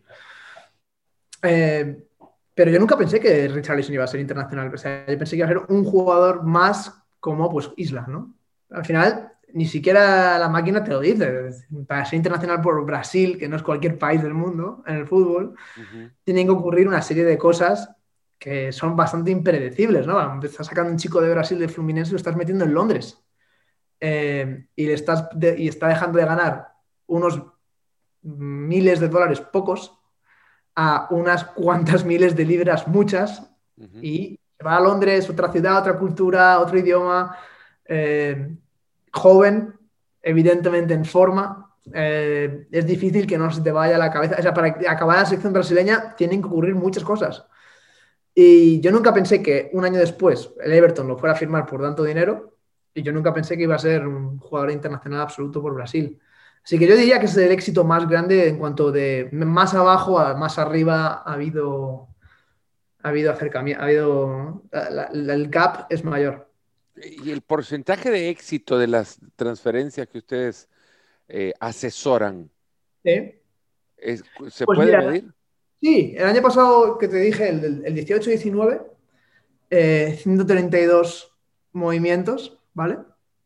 Eh, pero yo nunca pensé que Richarlison iba a ser internacional. O sea, yo pensé que iba a ser un jugador más como pues Isla, ¿no? Al final, ni siquiera la máquina te lo dice. Para ser internacional por Brasil, que no es cualquier país del mundo en el fútbol, uh-huh. tienen que ocurrir una serie de cosas que son bastante impredecibles, ¿no? Estás sacando un chico de Brasil, de Fluminense, y lo estás metiendo en Londres. Eh, y, le estás de, y está dejando de ganar unos miles de dólares, pocos, a unas cuantas miles de libras, muchas, uh-huh. y va a Londres, otra ciudad, otra cultura, otro idioma, eh, joven, evidentemente en forma, eh, es difícil que no se te vaya a la cabeza. O sea, para acabar la selección brasileña tienen que ocurrir muchas cosas. Y yo nunca pensé que un año después el Everton lo fuera a firmar por tanto dinero, y yo nunca pensé que iba a ser un jugador internacional absoluto por Brasil. Así que yo diría que es el éxito más grande en cuanto de más abajo a más arriba ha habido, ha habido acercamiento, ha habido, la, la, el gap es mayor. ¿Y el porcentaje de éxito de las transferencias que ustedes eh, asesoran? ¿Sí? Es- ¿se Pues puede mira, medir? sí, el año pasado que te dije, el, el dieciocho diecinueve, eh, ciento treinta y dos movimientos, ¿vale?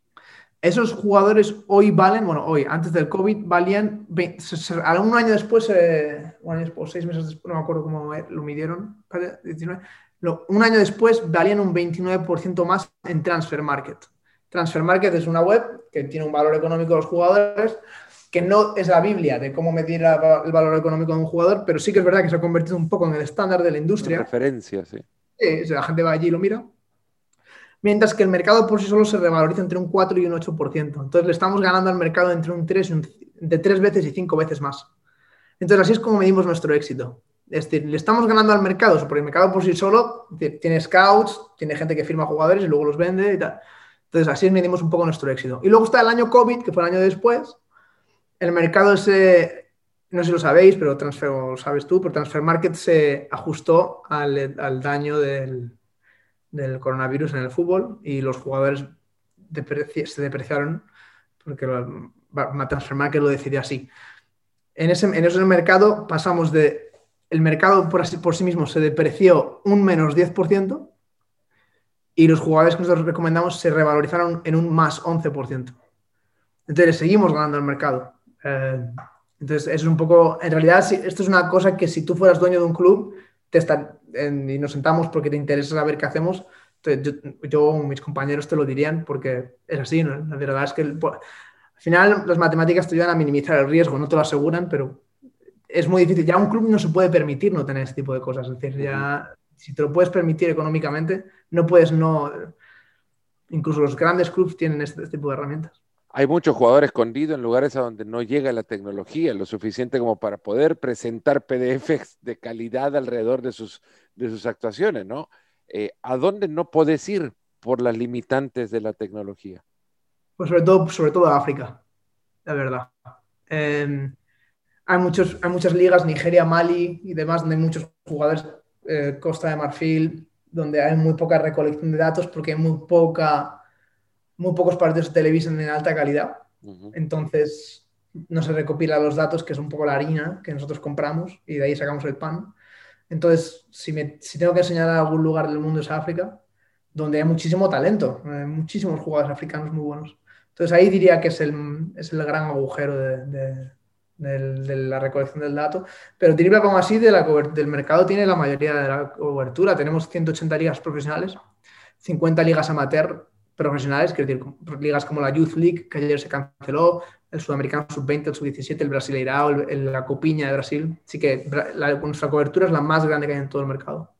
Esos jugadores hoy valen, bueno, hoy, antes del COVID, valían, ve- se- se- a un año después, eh, un año después, seis meses después, no me acuerdo cómo eh, lo midieron, espera, diecinueve, lo- un año después valían un veintinueve por ciento más en Transfer Market. Transfer Market es una web que tiene un valor económico de los jugadores, que no es la Biblia de cómo medir la- el valor económico de un jugador, pero sí que es verdad que se ha convertido un poco en el estándar de la Una industria. referencia, sí. Sí, o sea, la gente va allí y lo mira. Mientras que el mercado por sí solo se revaloriza entre un cuatro y un ocho por ciento. Entonces le estamos ganando al mercado entre un tres y un, de tres veces y cinco veces más. Entonces así es como medimos nuestro éxito. Es decir, le estamos ganando al mercado, porque el mercado por sí solo tiene scouts, tiene gente que firma jugadores y luego los vende y tal. Entonces así medimos un poco nuestro éxito. Y luego está el año COVID, que fue el año después. El mercado se, no sé si lo sabéis, pero transfer, o lo sabes tú, pero Transfer Market se ajustó al, al daño del, del coronavirus en el fútbol y los jugadores depreci se depreciaron porque Transfer Market lo decidió así. En ese, en ese mercado pasamos de, el mercado por, así, por sí mismo se depreció un menos diez por ciento y los jugadores que nosotros recomendamos se revalorizaron en un más once por ciento. Entonces seguimos ganando el mercado. Eh, entonces, eso es un poco, en realidad, si, esto es una cosa que si tú fueras dueño de un club te está, en, y nos sentamos porque te interesa saber qué hacemos, te, yo, yo o mis compañeros te lo dirían porque es así, ¿no? La verdad es que el, al final las matemáticas te ayudan a minimizar el riesgo, no te lo aseguran, pero es muy difícil. Ya un club no se puede permitir no tener este tipo de cosas. Es decir, Ujú. ya si te lo puedes permitir económicamente, no puedes no. Incluso los grandes clubes tienen este, este tipo de herramientas. Hay muchos jugadores escondidos en lugares a donde no llega la tecnología lo suficiente como para poder presentar P D Efes de calidad alrededor de sus, de sus actuaciones, ¿no? Eh, ¿a dónde no podés ir por las limitantes de la tecnología? Pues sobre todo, sobre todo África, la verdad. Eh, hay, muchos, hay muchas ligas, Nigeria, Mali y demás, donde hay muchos jugadores, eh, Costa de Marfil, donde hay muy poca recolección de datos porque hay muy, poca, muy pocos partidos de televisión en alta calidad. Ujú. Entonces no se recopilan los datos, que es un poco la harina que nosotros compramos y de ahí sacamos el pan. Entonces, si, me, si tengo que enseñar a algún lugar del mundo es África, donde hay muchísimo talento, eh, muchísimos jugadores africanos muy buenos. Entonces ahí diría que es el, es el gran agujero de, de, de, de la recolección del dato. Pero Dribble, aún así, de la, del mercado tiene la mayoría de la cobertura. Tenemos ciento ochenta ligas profesionales, cincuenta ligas amateur profesionales, que es decir, ligas como la Youth League, que ayer se canceló, el Sudamericano sub veinte, el sub diecisiete, el Brasileirao, el, el, la Copiña de Brasil. Así que la, nuestra cobertura es la más grande que hay en todo el mercado.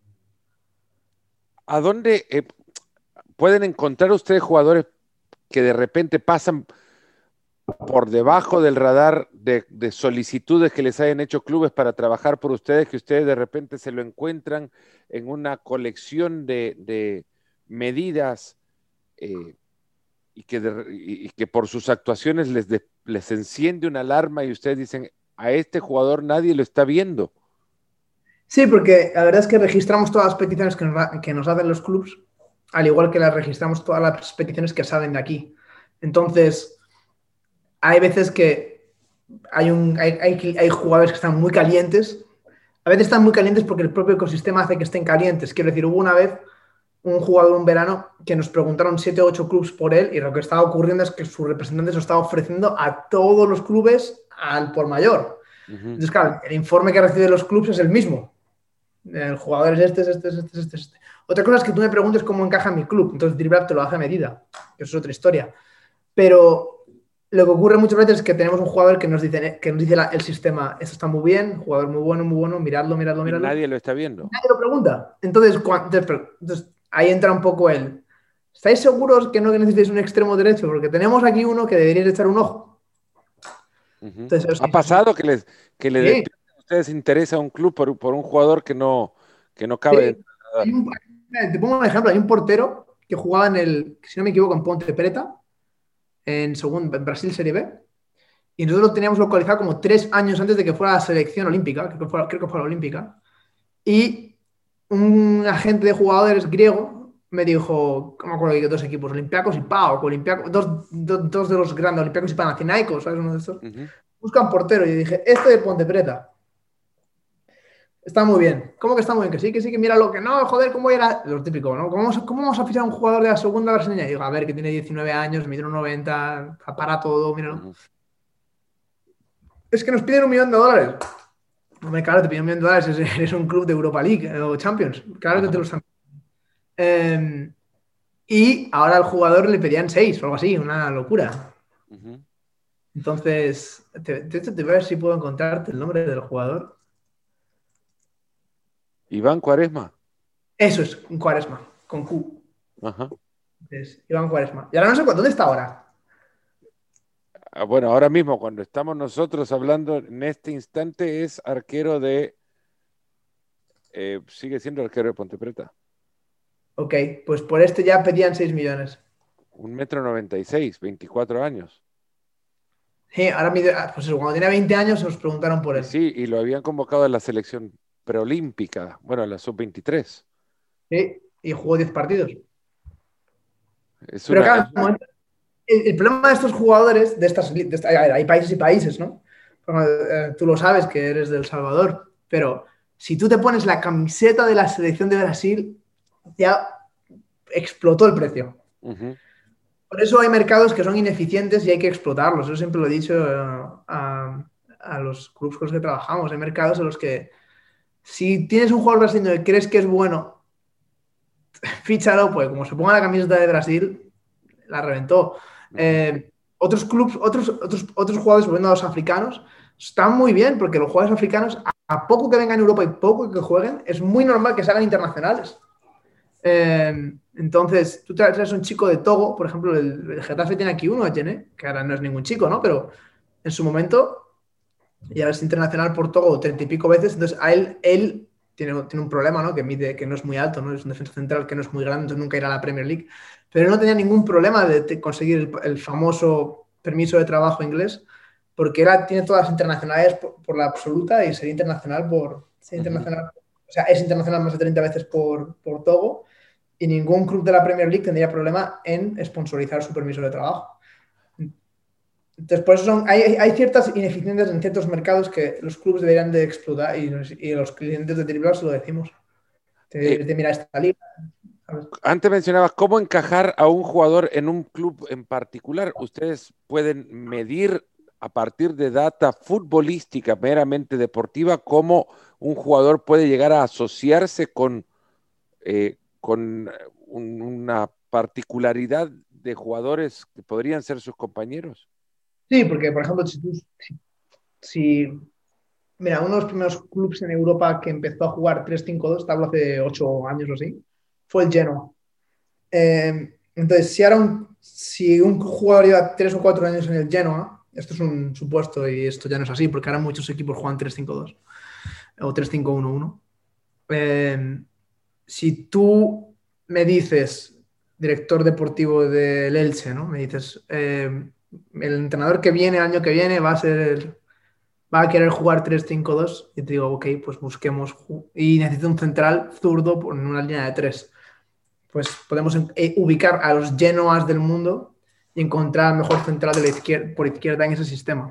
¿A dónde eh, pueden encontrar ustedes jugadores que de repente pasan por debajo del radar de, de, solicitudes que les hayan hecho clubes para trabajar por ustedes, que ustedes de repente se lo encuentran en una colección de, de medidas eh, y, que de, y, que por sus actuaciones les, de, les enciende una alarma y ustedes dicen, a este jugador nadie lo está viendo? Sí, porque la verdad es que registramos todas las peticiones que nos, que nos hacen los clubes, al igual que las registramos todas las peticiones que salen de aquí. Entonces, hay veces que hay, un, hay, hay, hay jugadores que están muy calientes. A veces están muy calientes porque el propio ecosistema hace que estén calientes. Quiero decir, hubo una vez un jugador un verano que nos preguntaron siete o ocho clubes por él y lo que estaba ocurriendo es que su representante se lo estaba ofreciendo a todos los clubes al por mayor. Uh -huh. Entonces, claro, el informe que recibe los clubes es el mismo. El jugador es este, es este, es este, es este, es este. Otra cosa es que tú me preguntes cómo encaja en mi club. Entonces, Dribble te lo hace a medida. Eso es otra historia. Pero lo que ocurre muchas veces es que tenemos un jugador que nos dice, que nos dice la, el sistema, esto está muy bien, jugador muy bueno, muy bueno, miradlo, miradlo, Y miradlo. nadie lo está viendo. Nadie lo pregunta. Entonces, entonces, entonces ahí entra un poco el... ¿Estáis seguros que no necesitáis un extremo derecho? Porque tenemos aquí uno que deberíais echar un ojo. Uh -huh. Entonces, ¿Ha sí, pasado que les que le sí. a ustedes interesa a un club por, por un jugador que no, que no cabe Sí. dentro del Hay un, te pongo un ejemplo. Hay un portero que jugaba en el, si no me equivoco, en Ponte Preta, en, segundo, en Brasil Serie B, y nosotros lo teníamos localizado como tres años antes de que fuera a la selección olímpica, creo que fue, creo que fue la olímpica, y un agente de jugadores griego me dijo, no me acuerdo que dos equipos, Olympiacos y PAOK, Olympiacos, dos, dos, dos de los grandes, Olympiacos y Panathinaikos, ¿sabes? Uno de estos. Ujú. Buscan portero. Y yo dije, este de Ponte Preta. Está muy bien. ¿Cómo que está muy bien? Que sí, que sí, que mira lo que no, joder, ¿cómo era? Lo típico, ¿no? ¿Cómo vamos, cómo vamos a fichar a un jugador de la segunda brasileña? Y digo, a ver, que tiene diecinueve años, mide uno noventa, para todo, míralo. Ujú. Es que nos piden un millón de dólares. Hombre, claro, te piden un millón de dólares, eres, eres un club de Europa League eh, o Champions. Claro que te Ajá. lo están. Eh, y ahora al jugador le pedían seis o algo así, una locura. Ujú. Entonces, te, te, te voy a ver si puedo encontrarte el nombre del jugador. Iván Cuaresma. Eso es, un Cuaresma, con Q. Ajá. Es Iván Cuaresma. Y ahora no sé cuánto, ¿dónde está ahora? Ah, bueno, ahora mismo, cuando estamos nosotros hablando en este instante, es arquero de. Eh, sigue siendo arquero de Ponte Preta. Ok, pues por este ya pedían seis millones. Un metro noventa y seis, veinticuatro años. Sí, ahora mide, ah, pues eso, cuando tenía veinte años nos preguntaron por Y él. sí, y lo habían convocado a la selección preolímpica, bueno, a la sub veintitrés. Sí, y jugó diez partidos. Es Pero una. claro, es- el, el problema de estos jugadores, de estas, de esta- a ver, hay países y países, ¿no? Bueno, eh, tú lo sabes que eres de El Salvador, pero si tú te pones la camiseta de la selección de Brasil, ya explotó el precio. Ujú. Por eso hay mercados que son ineficientes y hay que explotarlos. Yo siempre lo he dicho eh, a, a los clubes con los que trabajamos. Hay mercados en los que si tienes un jugador brasileño y crees que es bueno, fíchalo, pues como se ponga la camiseta de Brasil, la reventó. Ujú. Eh, otros clubes, otros, otros, otros jugadores, volviendo a los africanos, están muy bien porque los jugadores africanos, a, a poco que vengan a Europa y poco que jueguen, es muy normal que se hagan internacionales. Eh, entonces, tú traes un chico de Togo, por ejemplo, el, el Getafe tiene aquí uno, Etienne, que ahora no es ningún chico, ¿no? Pero en su momento, y ahora es internacional por Togo treinta y pico veces, entonces a él, él tiene, tiene un problema, ¿no? Que mide, que no es muy alto, ¿no? Es un defensa central que no es muy grande, entonces nunca irá a la Premier League. Pero él no tenía ningún problema de, de conseguir el, el, famoso permiso de trabajo inglés, porque él tiene todas las internacionales por, por la absoluta y sería internacional por. Sería Ujú. internacional, o sea, es internacional más de treinta veces por, por Togo y ningún club de la Premier League tendría problema en sponsorizar su permiso de trabajo. Entonces, por eso son, hay, hay ciertas ineficiencias en ciertos mercados que los clubes deberían de explotar y, y los clientes de Dribblers se lo decimos. Eh, Te, te mira esta liga, ¿sabes? Antes mencionabas cómo encajar a un jugador en un club en particular. Ustedes pueden medir a partir de data futbolística meramente deportiva cómo un jugador puede llegar a asociarse con, eh, con un- una particularidad de jugadores que podrían ser sus compañeros. Sí, porque, por ejemplo, si, tú, si, si, mira, uno de los primeros clubes en Europa que empezó a jugar tres cinco dos, te hablo hace ocho años o así, fue el Genoa. Eh, entonces, si ahora un, si un jugador lleva tres o cuatro años en el Genoa, esto es un supuesto y esto ya no es así, porque ahora muchos equipos juegan tres cinco dos o tres cinco uno uno. Eh, si tú me dices, director deportivo del Elche, ¿no? Me dices, eh, el entrenador que viene, el año que viene, va a ser, va a querer jugar tres cinco dos y te digo, ok, pues busquemos, y necesito un central zurdo en una línea de tres. Pues podemos eh, ubicar a los Genoas del mundo y encontrar el mejor central de la izquierda, por izquierda en ese sistema.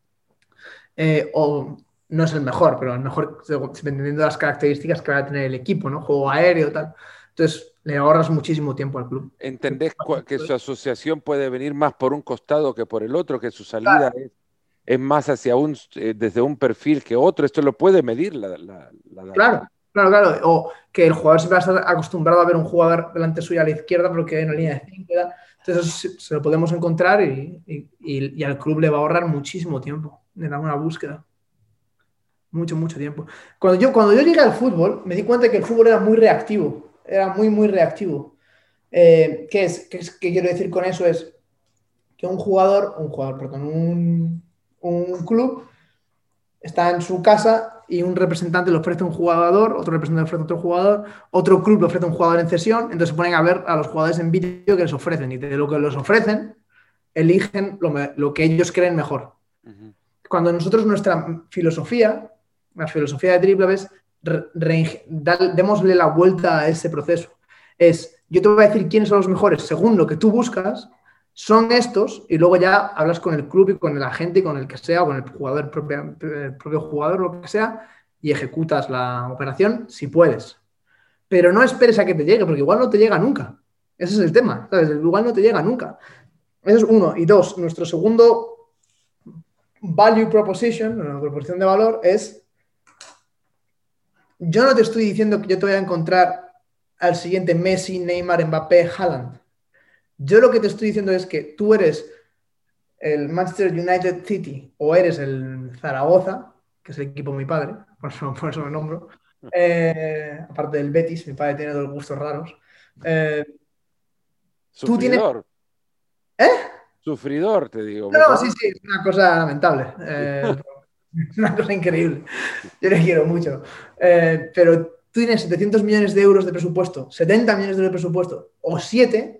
Eh, o no es el mejor, pero el mejor dependiendo de las características que va a tener el equipo, ¿no? Juego aéreo, tal. Entonces, le ahorras muchísimo tiempo al club. ¿Entendés que su asociación puede venir más por un costado que por el otro, que su salida es, es más hacia un, eh, desde un perfil que otro? Esto lo puede medir la, la, la data. Claro, claro, claro. O que el jugador siempre va a estar acostumbrado a ver un jugador delante suyo a la izquierda porque hay una línea de cinco. Entonces, se, se lo podemos encontrar y, y, y, al club le va a ahorrar muchísimo tiempo en alguna búsqueda. Mucho, mucho tiempo. Cuando yo, cuando yo llegué al fútbol, me di cuenta que el fútbol era muy reactivo. Era muy, muy reactivo. Eh, ¿qué, es, qué, es, ¿Qué quiero decir con eso? Es que un jugador, un jugador, perdón, un, un club está en su casa y un representante le ofrece un jugador, otro representante le ofrece otro jugador, otro club le ofrece un jugador en cesión, entonces se ponen a ver a los jugadores en vídeo que les ofrecen y de lo que les ofrecen, eligen lo, lo que ellos creen mejor. Uh-huh. Cuando nosotros nuestra filosofía, la filosofía de Dribbler es re, re, da, démosle la vuelta a ese proceso. Es, yo te voy a decir quiénes son los mejores según lo que tú buscas, son estos, y luego ya hablas con el club y con el agente y con el que sea, o con el jugador, propio, el propio jugador, lo que sea, y ejecutas la operación si puedes. Pero no esperes a que te llegue, porque igual no te llega nunca. Ese es el tema, ¿sabes? Igual no te llega nunca. Eso es uno. Y dos, nuestro segundo value proposition, la proposición de valor, es: yo no te estoy diciendo que yo te voy a encontrar al siguiente Messi, Neymar, Mbappé, Haaland. Yo lo que te estoy diciendo es que tú eres el Manchester United City o eres el Zaragoza, que es el equipo de mi padre, por eso, por eso me nombro, eh, aparte del Betis, mi padre tiene dos gustos raros. Eh, tú tienes... Sufridor. ¿Eh? Sufridor, te digo. No, Porque no, sí, vos... sí, es una cosa lamentable. Eh, es una cosa increíble. Yo le quiero mucho. Eh, pero tú tienes setecientos millones de euros de presupuesto, setenta millones de euros de presupuesto, o siete,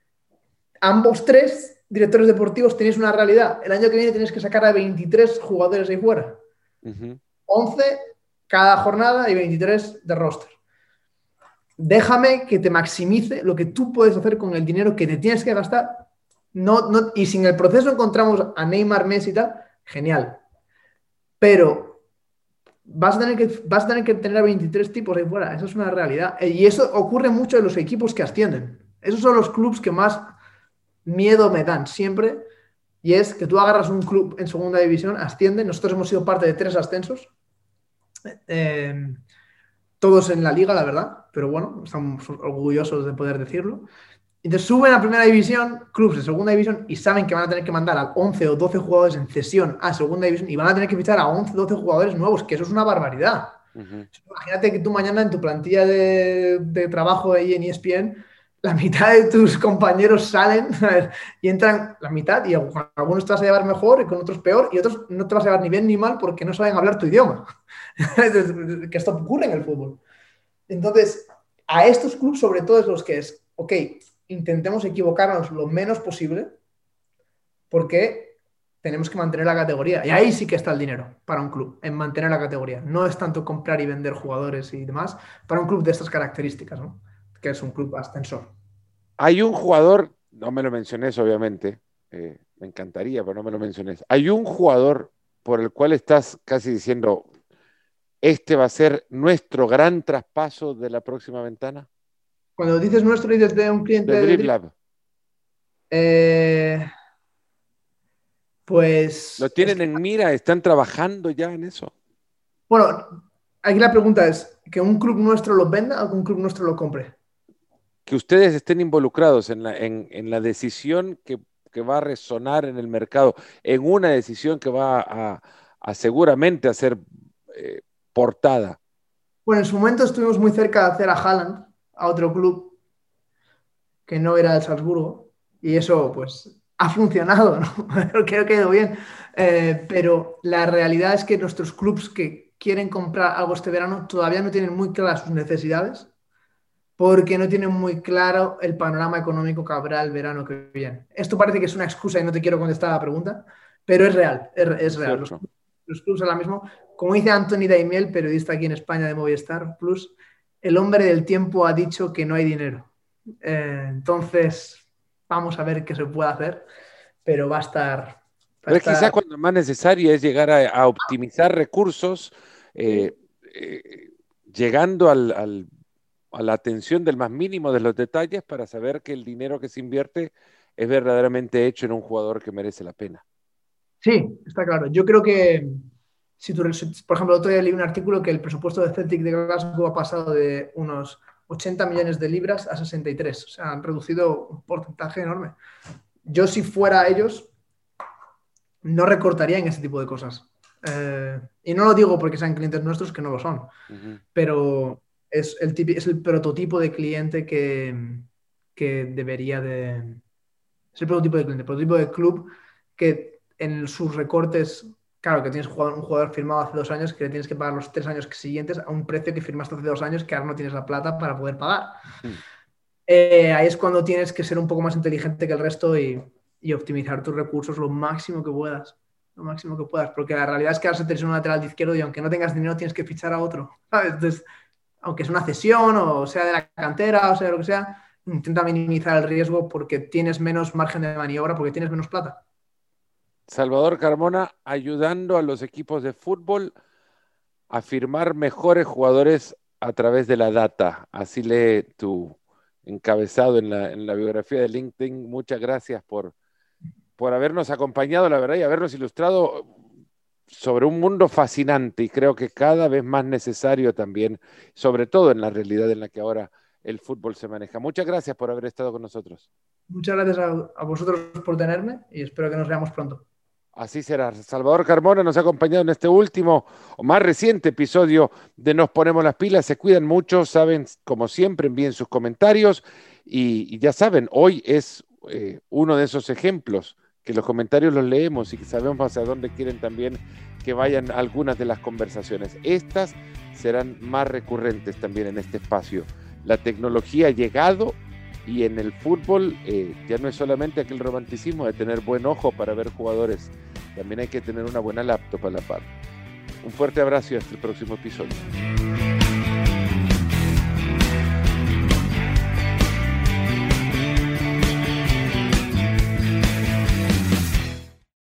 ambos tres directores deportivos tenéis una realidad. El año que viene tenéis que sacar a veintitrés jugadores ahí fuera. Uh-huh. once cada jornada y veintitrés de roster. Déjame que te maximice lo que tú puedes hacer con el dinero que te tienes que gastar. No, no, y si en el proceso encontramos a Neymar, Messi y tal, genial. Pero vas a tener que, vas a tener, que tener a veintitrés tipos ahí fuera. Eso es una realidad. Y eso ocurre mucho en los equipos que ascienden. Esos son los clubes que más miedo me dan siempre. Y es que tú agarras un club en segunda división, asciende. Nosotros hemos sido parte de tres ascensos. Eh, todos en la liga, la verdad. Pero bueno, estamos orgullosos de poder decirlo. Entonces suben a primera división, clubes de segunda división, y saben que van a tener que mandar a once o doce jugadores en cesión a segunda división y van a tener que fichar a once o doce jugadores nuevos, que eso es una barbaridad. Uh-huh. Imagínate que tú mañana en tu plantilla de, de trabajo ahí en E S P N, la mitad de tus compañeros salen y entran la mitad, y con algunos te vas a llevar mejor y con otros peor, y otros no te vas a llevar ni bien ni mal porque no saben hablar tu idioma. Que esto ocurre en el fútbol. Entonces, a estos clubes sobre todo es los que es, ok, intentemos equivocarnos lo menos posible porque tenemos que mantener la categoría. Y ahí sí que está el dinero para un club, en mantener la categoría. No es tanto comprar y vender jugadores y demás para un club de estas características, ¿no? Que es un club ascensor. Hay un jugador, no me lo menciones obviamente, eh, me encantaría, pero no me lo menciones. Hay un jugador por el cual estás casi diciendo, este va a ser nuestro gran traspaso de la próxima ventana. Cuando dices nuestro y desde un cliente de DribLab. Eh, pues... ¿Lo tienen es que, en mira? ¿Están trabajando ya en eso? Bueno, aquí la pregunta es, ¿que un club nuestro lo venda o que un club nuestro lo compre? Que ustedes estén involucrados en la, en, en la decisión que, que va a resonar en el mercado, en una decisión que va a, a seguramente a ser eh, portada. Bueno, en su momento estuvimos muy cerca de hacer a Haaland, a otro club que no era el Salzburgo, y eso pues ha funcionado, ¿no? Creo que ha quedado bien. Eh, pero la realidad es que nuestros clubes que quieren comprar algo este verano todavía no tienen muy claras sus necesidades porque no tienen muy claro el panorama económico que habrá el verano que viene. Esto parece que es una excusa y no te quiero contestar a la pregunta, pero es real, es, es real. Los, los clubes ahora mismo, como dice Anthony Daimiel, periodista aquí en España de Movistar Plus, el hombre del tiempo ha dicho que no hay dinero. Eh, entonces, vamos a ver qué se puede hacer, pero va a estar... Va pero a es estar... quizás cuando más necesario es llegar a, a optimizar recursos, eh, eh, llegando al, al, a la atención del más mínimo de los detalles para saber que el dinero que se invierte es verdaderamente hecho en un jugador que merece la pena. Sí, está claro. Yo creo que, si tú, por ejemplo, otro día leí un artículo que el presupuesto de Celtic de Glasgow ha pasado de unos ochenta millones de libras a sesenta y tres. O sea, han reducido un porcentaje enorme. Yo, si fuera ellos, no recortaría en ese tipo de cosas. Eh, y no lo digo porque sean clientes nuestros, que no lo son, uh-huh. Pero es el, es el prototipo de cliente que, que debería de... Es el prototipo de cliente, el prototipo de club que en sus recortes, claro, que tienes un jugador, un jugador firmado hace dos años que le tienes que pagar los tres años siguientes a un precio que firmaste hace dos años que ahora no tienes la plata para poder pagar. Uh-huh. Eh, ahí es cuando tienes que ser un poco más inteligente que el resto y, y optimizar tus recursos lo máximo que puedas. Lo máximo que puedas, porque la realidad es que ahora se te lesiona un lateral de izquierdo y aunque no tengas dinero tienes que fichar a otro, ¿sabes? Entonces aunque es una cesión o sea de la cantera o sea de lo que sea, intenta minimizar el riesgo porque tienes menos margen de maniobra, porque tienes menos plata. Salvador Carmona ayudando a los equipos de fútbol a firmar mejores jugadores a través de la data. Así lee tu encabezado en la, en la biografía de LinkedIn. Muchas gracias por, por habernos acompañado, la verdad, y habernos ilustrado sobre un mundo fascinante y creo que cada vez más necesario también, sobre todo en la realidad en la que ahora el fútbol se maneja. Muchas gracias por haber estado con nosotros. Muchas gracias a, a vosotros por tenerme y espero que nos veamos pronto. Así será. Salvador Carmona nos ha acompañado en este último o más reciente episodio de Nos Ponemos las Pilas. Se cuidan mucho, saben, como siempre, envíen sus comentarios y, y ya saben, hoy es eh, uno de esos ejemplos que los comentarios los leemos y que sabemos hacia dónde quieren también que vayan algunas de las conversaciones. Estas serán más recurrentes también en este espacio. La tecnología ha llegado y en el fútbol eh, ya no es solamente aquel romanticismo de tener buen ojo para ver jugadores, también hay que tener una buena laptop a la par. Un fuerte abrazo y hasta el próximo episodio.